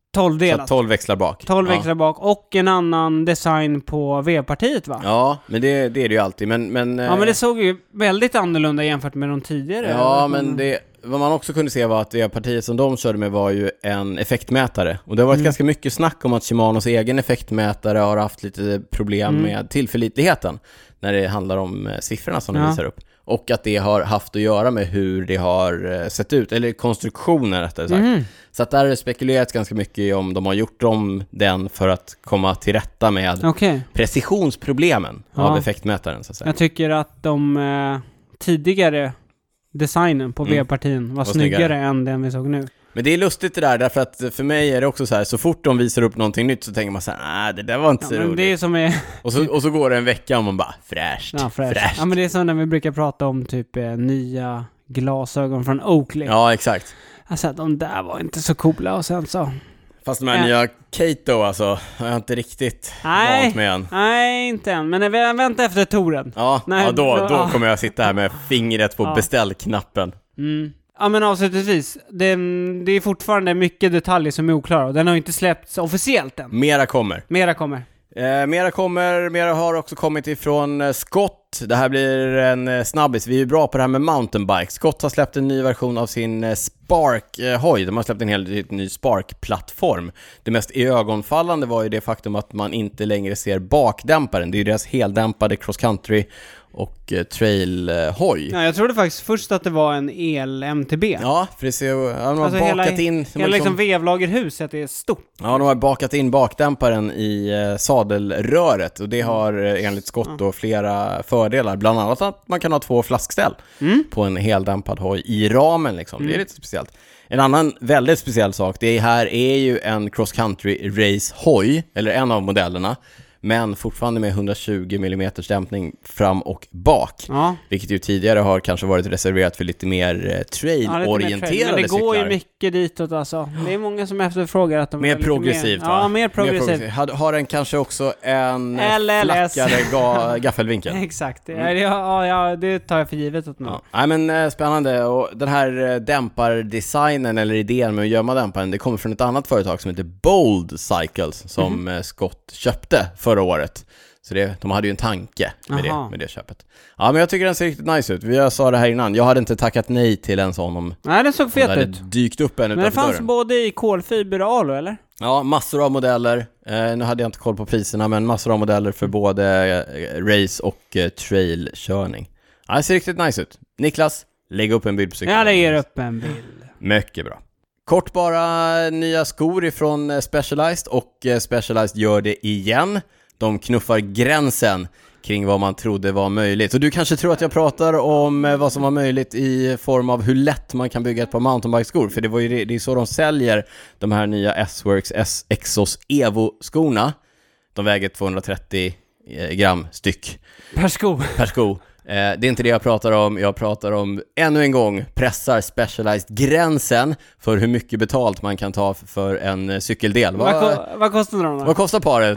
tolv delat. Så tolv växlar bak. tolv ja. växlar bak och en annan design på V-partiet, va? Ja, men det, det är det ju alltid. Men, men, ja, men det såg ju väldigt annorlunda jämfört med de tidigare. Ja, men det, vad man också kunde se var att V-partiet som de körde med var ju en effektmätare. Och det har varit mm. ganska mycket snack om att Shimanos egen effektmätare har haft lite problem mm. med tillförlitligheten när det handlar om siffrorna som ja. de visar upp. Och att det har haft att göra med hur det har sett ut, eller konstruktioner rättare sagt. Mm. Så att där har det spekulerats ganska mycket om de har gjort om den för att komma till rätta med okay. precisionsproblemen ja. av effektmätaren, så att säga. Jag tycker att de eh, tidigare designen på mm. V-partien var snyggare, snyggare än den vi såg nu. Men det är lustigt det där, därför att för mig är det också så här, så fort de visar upp någonting nytt så tänker man så här, nej, det där var inte ja, så men roligt. Det är som är... och, så, och så går det en vecka och man bara, fräscht, ja, fräscht. fräscht. Ja, men det är som när vi brukar prata om typ eh, nya glasögon från Oakley. Ja, exakt. Alltså att de där var inte så coola och sen så... Fast de här äh. nya Kato alltså, har jag inte riktigt nej, vant med än. Nej, inte än. Men jag väntar efter touren. Ja, nej, ja då, då kommer jag sitta här med fingret på ja. beställknappen. Mm. Ja, men avslutningsvis, det, det är fortfarande mycket detaljer som är oklara och den har inte släppts officiellt än. Mera kommer. Mera kommer. Eh, mera kommer, mera har också kommit ifrån eh, Scott. Det här blir en eh, snabbis. Vi är ju bra på det här med mountainbike. Scott har släppt en ny version av sin eh, Spark-hoj. Eh, De har släppt en helt ny Spark-plattform. Det mest ögonfallande var ju det faktum att man inte längre ser bakdämparen. Det är ju deras heldämpade cross-country och eh, trail-hoj. Ja, jag trodde faktiskt först att det var en el-M T B. Ja, för det ser ju... Ja, de har alltså bakat hela, in... Hela liksom, liksom vevlagerhuset är stort. Ja, de har bakat in bakdämparen i eh, sadelröret. Och det har eh, enligt Scott då ja. flera fördelar. Bland annat att man kan ha två flaskställ mm. på en heldämpad hoj i ramen liksom. Mm. Det är lite speciellt. En annan väldigt speciell sak, det här är ju en cross-country race-hoj, eller en av modellerna. Men fortfarande med hundratjugo millimeter dämpning fram och bak. Ja. Vilket ju tidigare har kanske varit reserverat för lite mer trail-orienterade cyklar. Men det går ju mycket ditåt alltså. Det är många som efterfrågar att de mer progressivt, mer, va? Ja, mer progressivt. Mer progressivt. Har, har den kanske också en L L S. flackare ga- gaffelvinkel? Exakt. Mm. Ja, ja, det tar jag för givet åt mig. Ja. Nej, men äh, spännande. Och den här dämpardesignen eller idén med att gömma dämparen, det kommer från ett annat företag som heter Bold Cycles som mm-hmm. Scott köpte förra året. Så det, de hade ju en tanke med det, med det köpet. Ja, men jag tycker den ser riktigt nice ut. Vi sa det här innan. Jag hade inte tackat nej till en sån om... Nej, den såg fet ut. Dykt upp en men det fanns dörren. Både i kolfiber och alu, eller? Ja, massor av modeller. Eh, nu hade jag inte koll på priserna, men massor av modeller för både eh, race och eh, trailkörning. Ja, det ser riktigt nice ut. Niklas, lägg upp en bild på cykeln. Jag lägger upp en bild. Mycket bra. Kort bara, nya skor ifrån Specialized och Specialized gör det igen. De knuffar gränsen kring vad man trodde var möjligt. Och du kanske tror att jag pratar om vad som var möjligt i form av hur lätt man kan bygga ett par mountainbike-skor. För det, var ju det, det är så de säljer de här nya S-Works S-Exos Evo-skorna. De väger tvåhundratrettio gram styck. Per sko. Per sko. Det är inte det jag pratar om. Jag pratar om, ännu en gång, pressar Specialized gränsen för hur mycket betalt man kan ta för en cykeldel. Vad, vad, ko- vad kostar de då? Vad kostar paret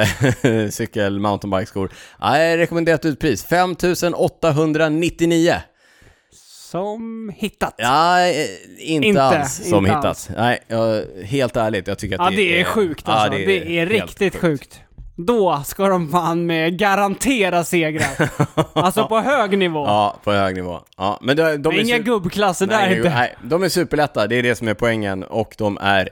eh, cykel mountainbike-skor? Jag rekommenderat ut pris fem tusen åttahundranittionio. Som hittat? Ja, inte, inte alls som inte hittat. Alls. Nej, jag, helt ärligt, jag tycker att ja, det, det är sjukt alltså. Ja, det är, det är riktigt sjukt. sjukt. Då ska de fan med garantera segrar. Alltså på hög nivå. Ja, på hög nivå. Ja, men de, de men är inga su- gubbklasser nej, där inte. Nej, de är superlätta, det är det som är poängen. Och de är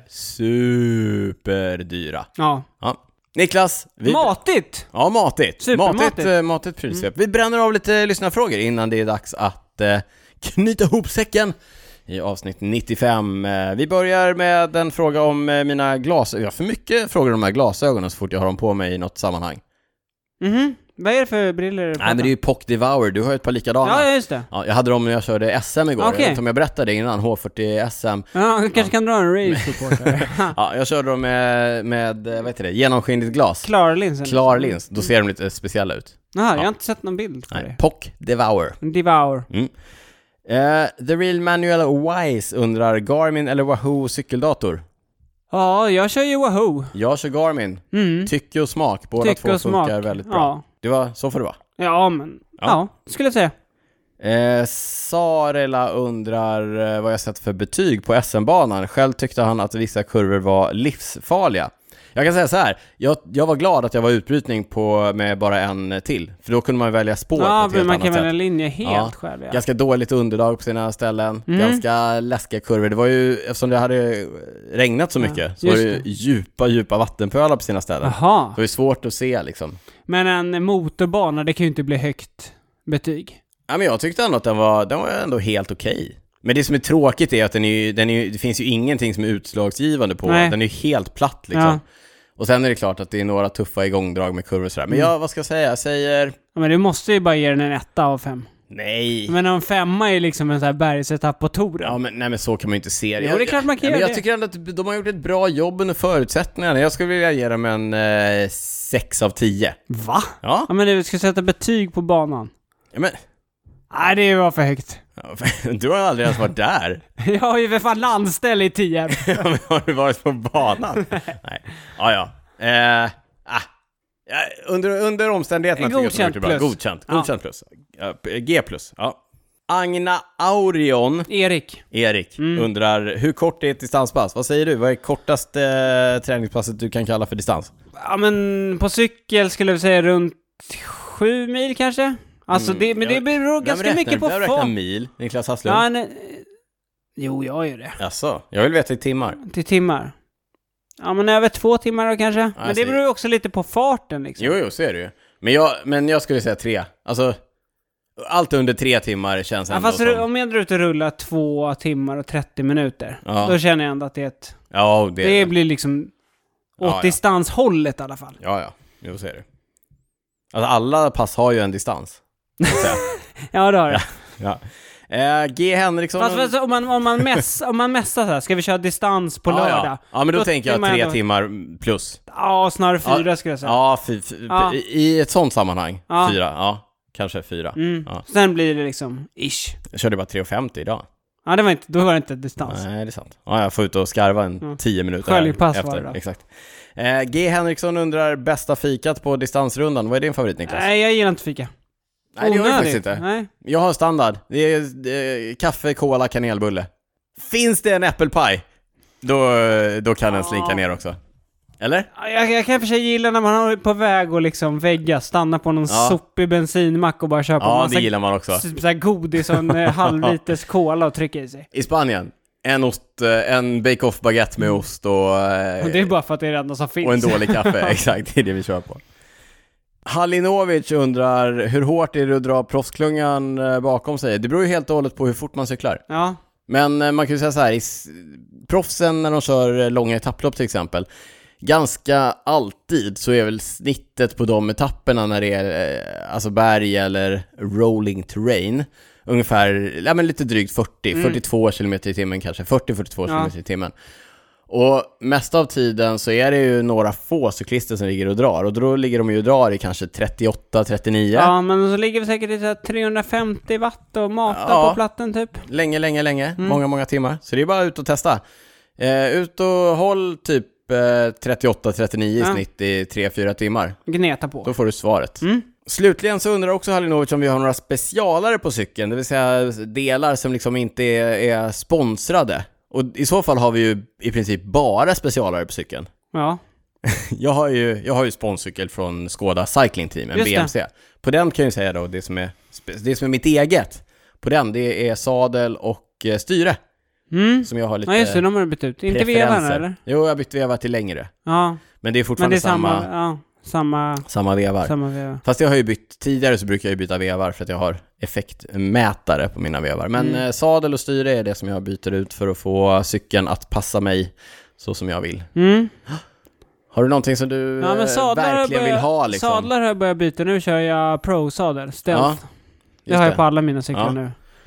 superdyra. Ja. Ja. Niklas. Vi... Matigt! Ja, matigt. Supermatigt. Matigt, äh, matigt prylsvep. Mm. Vi bränner av lite lyssnarfrågor innan det är dags att äh, knyta ihop säcken i avsnitt nittiofem. Vi börjar med en fråga om mina glasögon. Jag har för mycket frågor om de här glasögonen så fort jag har dem på mig i något sammanhang. Mhm. Vad är det för briller? Nej, men det är ju Pock Devour. Du har ju ett par likadana. Ja, just det. Ja, jag hade dem när jag körde S M igår. Okay. Som jag berättade innan, H fyrtio S M. Ja, du kanske ja. kan dra en race-report här. Ja, jag körde dem med, med vad heter det, genomskinligt glas. Klar lins. Klar lins. Då ser de lite speciella ut. Jaha, ja. jag har inte sett någon bild på Nej. det. Pock Devour. Devour. Mm. Uh, The Real Manuel Wise undrar, Garmin eller Wahoo cykeldator? Ja, jag kör ju Wahoo. Jag kör Garmin. Mm. Tycke och smak. Båda Tycke två funkar smak. väldigt bra. Ja. Det var så får det vara. Ja, men ja, ja skulle jag säga. Eh, Sarela undrar eh, vad jag sett för betyg på S M-banan. Själv tyckte han att vissa kurvor var livsfarliga. Jag kan säga så här, jag, jag var glad att jag var utbrytning på, med bara en till. För då kunde man välja spår ja, på ett helt man annat kan sätt. välja linje helt ja. själv. Ja. Ganska dåligt underlag på sina ställen. Mm. Ganska läskiga kurvor. Det var ju, eftersom det hade regnat så mycket, ja, så var det ju djupa, djupa vattenpölar på sina ställen. Aha. Det var ju svårt att se liksom. Men en motorbana, det kan ju inte bli högt betyg. Ja, men jag tyckte ändå att den var, den var ändå helt okej. Men det som är tråkigt är att den är, den är, det finns ju ingenting som är utslagsgivande på. Nej. Den är ju helt platt liksom. Ja. Och sen är det klart att det är några tuffa igångdrag med kurvor och sådär. Men mm. jag, vad ska jag säga? Jag säger... Ja, men du måste ju bara ge den en etta av fem. Nej. Men en femma är liksom en sån här bergsetapp på touren. Ja, men, nej, men så kan man ju inte se det. Jo, det är klart man kan ja, göra jag det. tycker ändå att de har gjort ett bra jobb under förutsättningarna. Jag skulle vilja ge dem en eh, sex av tio. Va? Ja. Ja, men du ska sätta betyg på banan. Ja, men... Nej, det var för högt. Du har aldrig ens varit där. Jag har ju för fan landställ i tio. Ja, men har du varit på banan? Nej. Ja, ja. Eh, ah. Under, under omständigheterna godkänt tycker jag plus. Godkänt, godkänt ja. plus. G plus, ja. Agna Aurion Erik Erik mm. undrar, hur kort är ett distanspass? Vad säger du? Vad är kortaste eh, träningspasset du kan kalla för distans? Ja, men på cykel skulle jag säga runt sju mil kanske. Alltså mm. det, men det beror ganska räknar, mycket på fart. Jag räknar mil, Niklas Hasslund. Ja, nej. Jo, jag gör det. Jaså, jag vill veta i timmar. Till timmar. Ja, men över två timmar då kanske. Ja, men det beror ju också lite på farten liksom. Jo, jo, så är det ju. Men jag, men jag skulle säga tre. Alltså, allt under tre timmar känns ändå ja, fast som... om jag drar ut och rullar två timmar och trettio minuter, ja. Då känner jag ändå att det är ett... Ja, det, det blir liksom åt ja, distanshållet i alla fall. Ja, ja. Jo, så är det. Alltså, alla pass har ju en distans. Ja, det har det. Ja, ja. Eh, G. Henriksson... Fast, fast om man, om man, mäss, om man mässar så här, ska vi köra distans på ja, lördag? Ja. ja, men då, då tänker jag tre ändå... timmar plus. Ja, snarare fyra ja, skulle jag säga. Ja, f- f- ja. I ett sånt sammanhang. Ja. Fyra, ja. Kanske fyra. Mm. Ja. Sen blir det liksom ish. Jag körde bara tre femtio idag. Ja, det var inte, då var det inte distans. Nej, det är sant. Ja, jag får ut och skarva en ja. tio minuter Sköljpass efter. Var det då. Exakt. Eh, G. Henriksson undrar, bästa fikat på distansrundan. Vad är din favorit, Niklas? Nej, jag gillar inte fika. Nej, det gör jag faktiskt inte. Nej. Jag har standard. Det är, det är kaffe, cola, kanelbulle. Finns det en äppelpaj, då, då kan den slinka ner också. Eller? Jag, jag kan för sig gilla när man är på väg och liksom vägga, stanna på någon ja. sopig bensinmack och bara köpa ja, massa det gillar man också. Så här godis och en halvliters cola och trycka i sig. I Spanien, en ost, en bake-off baguette med ost och... och det är bara för att det är det enda som finns. Och en dålig kaffe, exakt, det är det vi kör på. Halinovic undrar, hur hårt är det att dra proffsklungan bakom sig? Det beror ju helt och hållet på hur fort man cyklar. Ja. Men man kan ju säga så här, proffsen när de kör långa etapplopp till exempel, ganska alltid så är väl snittet på de etapperna när det är alltså berg eller rolling terrain ungefär, ja men lite drygt fyrtio, mm. fyrtiotvå kilometer i timmen kanske, fyrtio till fyrtiotvå ja. kilometer i timmen. Och mest av tiden så är det ju några få cyklister som ligger och drar. Och då ligger de ju och drar i kanske trettioåtta trettionio. Ja, men så ligger vi säkert i trehundrafemtio watt och matar ja. på platten typ. Länge, länge, länge. Mm. Många, många timmar. Så det är bara ut och testa. Eh, ut och håll typ eh, trettioåtta trettionio ja. i snitt i tre fyra timmar. Gneta på. Då får du svaret. Mm. Slutligen så undrar också Halinovic om vi har några specialare på cykeln. Det vill säga delar som liksom inte är, är sponsrade. Och i så fall har vi ju i princip bara specialare på cykeln. Ja. jag har ju jag har ju sponscykel från Skoda Cycling Team, en B M C. På den kan jag säga då, det som är det som är mitt eget. På den det är sadel och eh, styre. Mm. Som jag har lite. Ja, just det, de har bytt ut. Inte vevarna eller? Jo, jag har bytt vevar till längre. Ja. Men det är fortfarande det är samma, samma ja, samma samma vevar. Samma vevar. Fast jag har ju bytt tidigare, så brukar jag ju byta vevar för att jag har effektmätare på mina vevar. Men mm. eh, sadel och styre är det som jag byter ut för att få cykeln att passa mig så som jag vill. Mm. Har du någonting som du ja, men sadlar verkligen börjat, vill ha liksom? Sadlar har jag börjat byta. Nu kör jag Pro-sadel, Stealth. Ja, det har jag på alla mina cyklar ja. nu.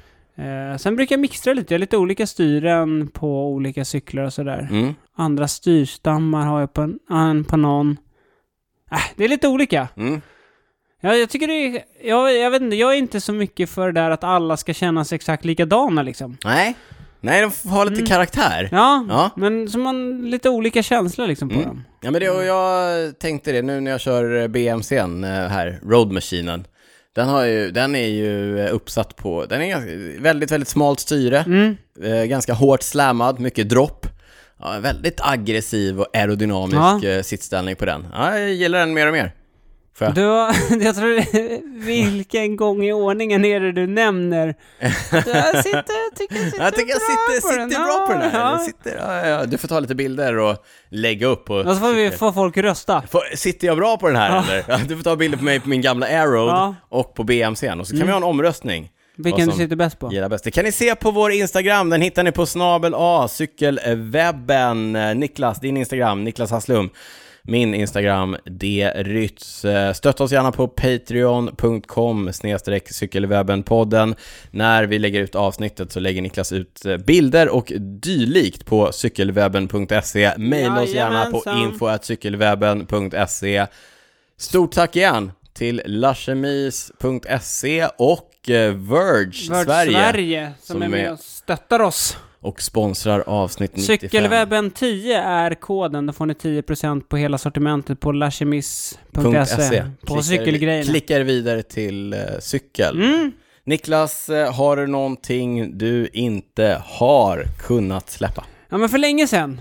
Eh, sen brukar jag mixtra lite. Jag har lite olika styren på olika cyklar och sådär. Mm. Andra styrstammar har jag på, en, en, på någon. Äh, det är lite olika. Mm. Ja, jag tycker det är, jag, jag vet inte, jag är inte så mycket för det där att alla ska kännas exakt likadana liksom. Nej, nej, de får ha lite mm. karaktär. Ja, ja, men som man lite olika känslor liksom på mm. dem. Ja, men det, och jag tänkte det nu när jag kör B M C:n här, Road Machinen. Den, har ju, den är ju uppsatt på, den är ganska, väldigt, väldigt smalt styre. Mm. Eh, ganska hårt slammad, mycket dropp. Ja, väldigt aggressiv och aerodynamisk ja. sittställning på den. Ja, jag gillar den mer och mer. Jag? Du, jag tror, vilken gång i ordningen är det du nämner? Jag sitter, tycker jag sitter, jag tycker jag sitter, bra, sitter på bra på den här. Ja. Sitter, ja, ja. Du får ta lite bilder och lägga upp. Och, och så får vi få folk rösta. Får, sitter jag bra på den här ja. eller? Ja, du får ta bilder på mig på min gamla Aeroad ja. och på B M C:n. Och så kan mm. vi ha en omröstning. Vilken du sitter bäst på? Bäst. Det kan ni se på vår Instagram. Den hittar ni på snabel A, cykelwebben. Niklas, din Instagram, Niklas Hasslum. Min Instagram, drytz. Stötta oss gärna på patreon punkt com snedstreck cykelwebbenpodden. När vi lägger ut avsnittet så lägger Niklas ut bilder och dylikt på cykelwebben punkt se. Maila oss gärna på info at cykelwebben punkt se. Stort tack igen till lachemis punkt se och Verge, Verge Sverige, Sverige som, som är med och stöttar oss. Och sponsrar avsnitt nittiofem. Cykelwebben tio är koden. Då får ni tio procent på hela sortimentet på lachemis punkt se. På cykelgrejerna. Klickar vidare till uh, cykel. Mm. Niklas, uh, har du någonting du inte har kunnat släppa? Ja, men för länge sedan.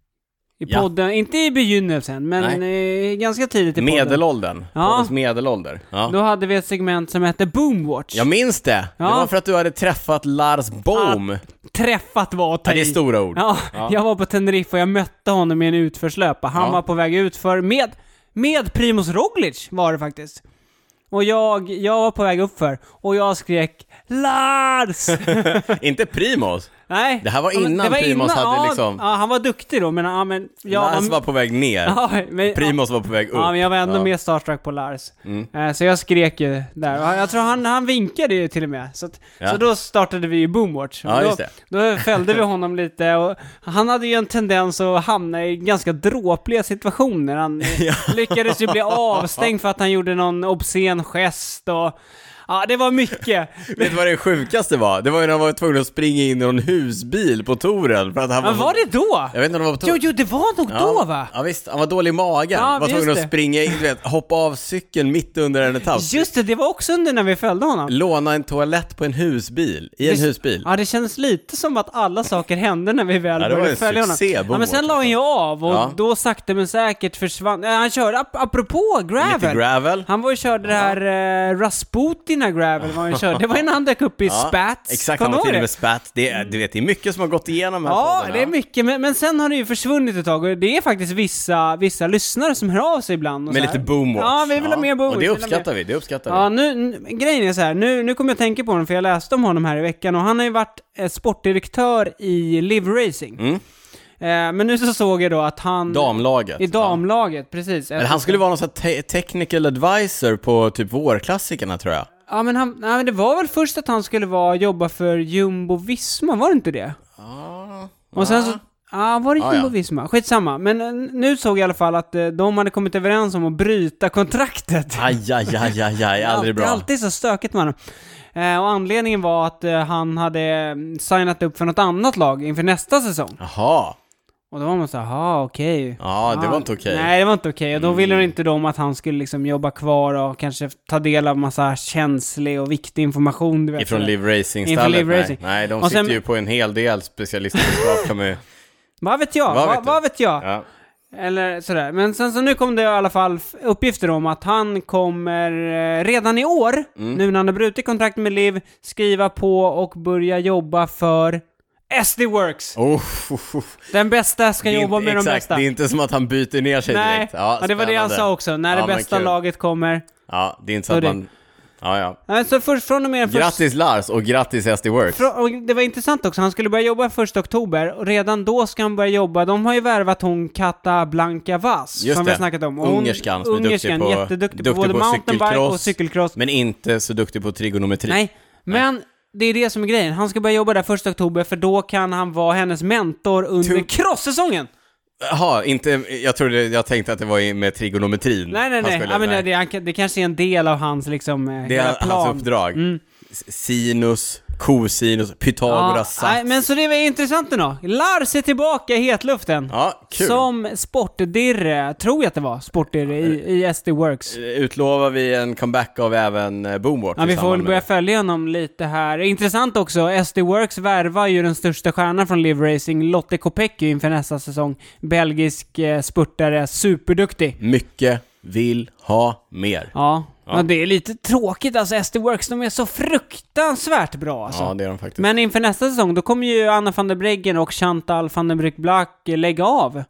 I podden, ja. Inte i begynnelsen, men eh, ganska tidigt i podden. Medelåldern, ja. Poddens medelålder. Ja. Då hade vi ett segment som hette Boomwatch. Jag minns det. Ja. Det var för att du hade träffat Lars Bohm. Ja, träffat var att ta ja, det är stora ord. Ja, ja. Jag var på Tenerife och jag mötte honom i en utförslöpa. Han ja. var på väg ut för med, med Primoz Roglic var det faktiskt. Och jag, jag var på väg upp för och jag skrek Lars! Inte Primoz. Nej. Det här var innan det var Primoz innan, hade ja, liksom... Ja, han var duktig då, men... Ja, men jag, Lars han, var på väg ner. Ja, men, Primoz var på väg upp. Ja, men jag var ändå ja. mer starstruck på Lars. Mm. Uh, så jag skrek ju där. Och jag tror han, han vinkade ju till och med. Så, att, ja. så då startade vi ju Boomwatch. Ja, då, just det. Då fällde vi honom lite. Och han hade ju en tendens att hamna i ganska dråpliga situationer. Han ja. lyckades ju bli avstängd för att han gjorde någon obscen gest och... Ja, det var mycket. Vet du vad det sjukaste var? Det var ju när han var tvungen att springa in i någon husbil på touren för att han var... Men var det då? Jag vet inte om det var på touren. Jo, jo, det var nog ja. då, va? Ja, visst. Han var dålig i magen. Ja, var tvungen att springa in, du vet, hoppa av cykeln mitt under en etapp. Just det, det var också under när vi följde honom. Låna en toalett på en husbil. I en det, husbil. Ja, det känns lite som att alla saker hände när vi väl ja, började följa honom. Ja, men sen la han ju av och ja. då sakta men säkert försvann. Ja, han körde, ap- apropå gravel. Lite gravel. Han var ju körde ja. det här uh, Rasputina gravel var ju det var en han dök upp i ja, Spats. Exakt, han var till och med Spats. Det är, du vet, det är mycket som har gått igenom här. Ja, podden, det är mycket. Men, men sen har det ju försvunnit ett tag. Och det är faktiskt vissa, vissa lyssnare som hör av sig ibland. Och med så lite boomwatch. Ja, vi vill ja. ha mer boomwatch. Och det uppskattar vi, det uppskattar ja, vi. Nu, nu, grejen är så här, nu, nu kommer jag tänka på honom för jag läste om honom här i veckan. Och han har ju varit eh, sportdirektör i Live Racing. Mm. Eh, men nu så såg jag då att han... Damlaget. I damlaget, ja. precis. Eller han skulle vara någon sån te- technical advisor på typ vårklassikerna, tror jag. Ja, men, han, nej, men det var väl först att han skulle vara jobba för Jumbo Visma, var det inte det? Ja. Och sen så... Ja, var det Jumbo ah, Visma? Ja. Skitsamma. Men nu såg jag i alla fall att de hade kommit överens om att bryta kontraktet. Aj, aj, aj, aj, aj. Aldrig bra. Det är alltid så stökigt med honom. Eh, och anledningen var att eh, han hade signat upp för något annat lag inför nästa säsong. Jaha. Och då var man så här, ja okej. Okay. Ja, det var inte okej. Okay. Nej, det var inte okej. Okay. Och då ville mm. inte de att han skulle liksom jobba kvar och kanske ta del av massa känslig och viktig information. Du vet, ifrån Live Racing-stallet. Live Racing. Nej, nej, de sitter sen, ju på en hel del specialistkunskap. Med... Vad vet jag? Vad vet, Va, vad vet jag? Ja. Eller sådär. Men sen så nu kom det i alla fall uppgifter om att han kommer eh, redan i år, mm. nu när han har brutit kontrakt med Liv, skriva på och börja jobba för S D Works. Oh, oh, oh. Den bästa ska jobba inte, med exakt, de bästa. Det är inte som att han byter ner sig Nej. direkt. Ja, ja, det var det han sa också. När ja, det bästa laget kommer. Ja, det är inte så att det. man... Ja, ja. Alltså först från och med... Grattis först... Lars och grattis S D Works. Frå... Och det var intressant också. Han skulle börja jobba första oktober och redan då ska han börja jobba. De har ju värvat hon Kata Blanca Vaz. Just som det. vi har snackat om. Och hon... Ungerskan som Ungerskan, är duktig på, jätteduktig duktig på både på mountainbike och cykelcross. Men inte så duktig på trigonometri. Nej, men... Nej. Det är det som är grejen. Han ska börja jobba där första oktober för då kan han vara hennes mentor under to- cross-säsongen. Jaha, inte, jag trodde, jag tänkte att det var med trigonometrin. Nej, nej, nej. Ja, men nej. Det, det kanske är en del av hans liksom, det är plan. hans uppdrag. Mm. Sinus, Cosinus, Pythagoras ja, sats. Men så det var intressant då. Lars är tillbaka i hetluften. Ja, kul. Som sportdirre, tror jag att det var, sportdirre i, i S D Works. Utlovar vi en comeback av även Boomwatch? Ja, vi får väl börja följa honom lite här. Intressant också, S D Works värvar ju den största stjärnan från Live Racing, Lotte Kopecky, inför nästa säsong. Belgisk eh, spurtare, superduktig. Mycket vill ha mer. Ja. Ja. Ja, det är lite tråkigt, alltså S D Works, de är så fruktansvärt bra alltså. Ja, det är de faktiskt. Men inför nästa säsong, då kommer ju Anna van der Breggen och Chantal van den Broek lägga av.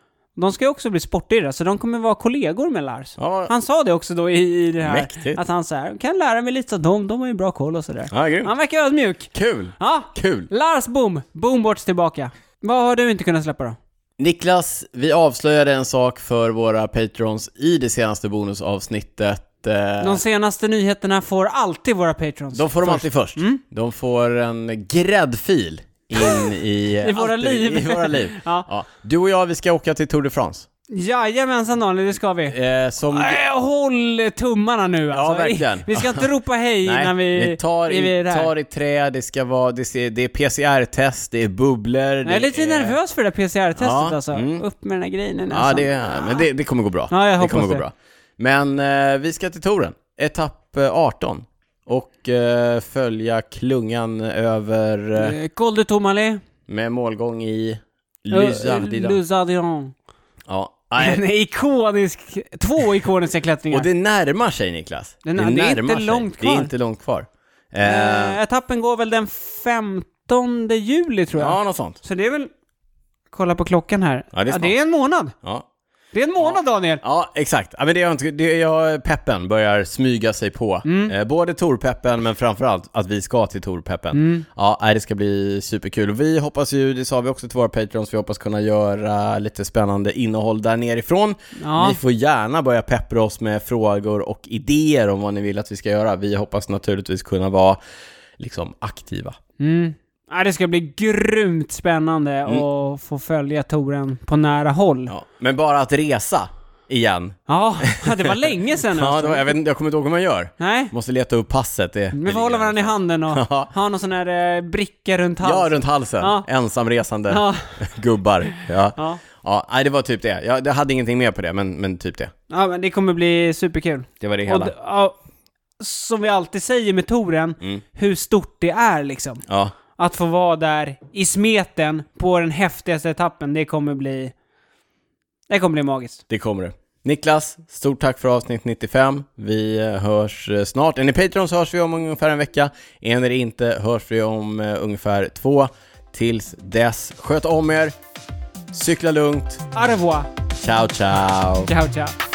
De ska ju också bli sportdirre, så de kommer vara kollegor med Lars. Ja. Han sa det också då i, i det här. Mäktigt. Att han så här, kan lära mig lite av dem, de har ju bra koll och sådär. Ja, grymt. Han verkar ödmjuk. Kul. Ja, kul. Lars Boom, Boomwatch tillbaka. Vad har du inte kunnat släppa då? Niklas, vi avslöjade en sak för våra patrons i det senaste bonusavsnittet. De senaste nyheterna får alltid våra patrons. De får de alltid först. Mm. De får en gräddfil in i, I, våra, liv. i våra liv. Ja. Ja. Du och jag, vi ska åka till Tour de France. Jajamensan Daniel, det ska vi. Eh, som... äh, håll tummarna nu alltså. Ja, verkligen. Vi ska inte ropa hej Nej, innan vi... vi tar i, vi tar i trä, det ska vara, det, är, det är P C R-test, det är bubblor. Jag är lite är... nervös för det P C R-testet ja, alltså. Mm. Upp med den här grejen nästan. Ja, det är, men det, det kommer gå bra. Ja, jag det hoppas kommer gå det. bra. Men eh, vi ska till touren. Etapp arton. Och eh, följa klungan över... Eh, Col de Tourmalet. Med målgång i Luzardian. Luzardian. Ja. En ikonisk... Två ikoniska klättringar. Och det närmar sig, Niklas. Det, det, det är inte sig. långt kvar. Det är inte långt kvar. Eh, eh, etappen går väl den femtonde juli, tror jag. Ja, något sånt. Så det är väl... Kolla på klockan här. Ja, det är, ja, det är en månad. Ja. Det är en månad, ja. Daniel. Ja, exakt. Ja, men det är inte det jag peppen börjar smyga sig på. Mm. Eh, både Torpeppen, men framförallt att vi ska till Torpeppen. Mm. Ja, det ska bli superkul. Och vi hoppas ju, det sa vi också till våra patrons, vi hoppas kunna göra lite spännande innehåll där nerifrån. Ja. Ni får gärna börja peppra oss med frågor och idéer om vad ni vill att vi ska göra. Vi hoppas naturligtvis kunna vara liksom aktiva. Mm. Ja, det ska bli grymt spännande mm. att få följa touren på nära håll. Ja, men bara att resa igen. Ja, det var länge sedan. Ja, alltså. var, jag, vet, jag kommer inte ihåg hur man gör. Nej. Måste leta upp passet. Det, Vi får hålla varandra i handen och ha någon sån här eh, bricka runt halsen. Ja, runt halsen. Ja. Ensamresande ja. gubbar. Ja. Ja. Ja, nej, det var typ det. Jag det hade ingenting mer på det, men, men typ det. Ja, men det kommer bli superkul. Det var det hela. Och, ja, som vi alltid säger med touren, mm. hur stort det är liksom. Ja. Att få vara där i smeten på den häftigaste etappen, det kommer bli det kommer bli magiskt. Det kommer det. Niklas, stort tack för avsnitt nittiofem. Vi hörs snart. Är ni Patrons hörs vi om ungefär en vecka. Är ni inte hörs vi om uh, ungefär två. Tills dess, sköt om er. Cykla lugnt. Au revoir. Ciao, ciao. Ciao, ciao.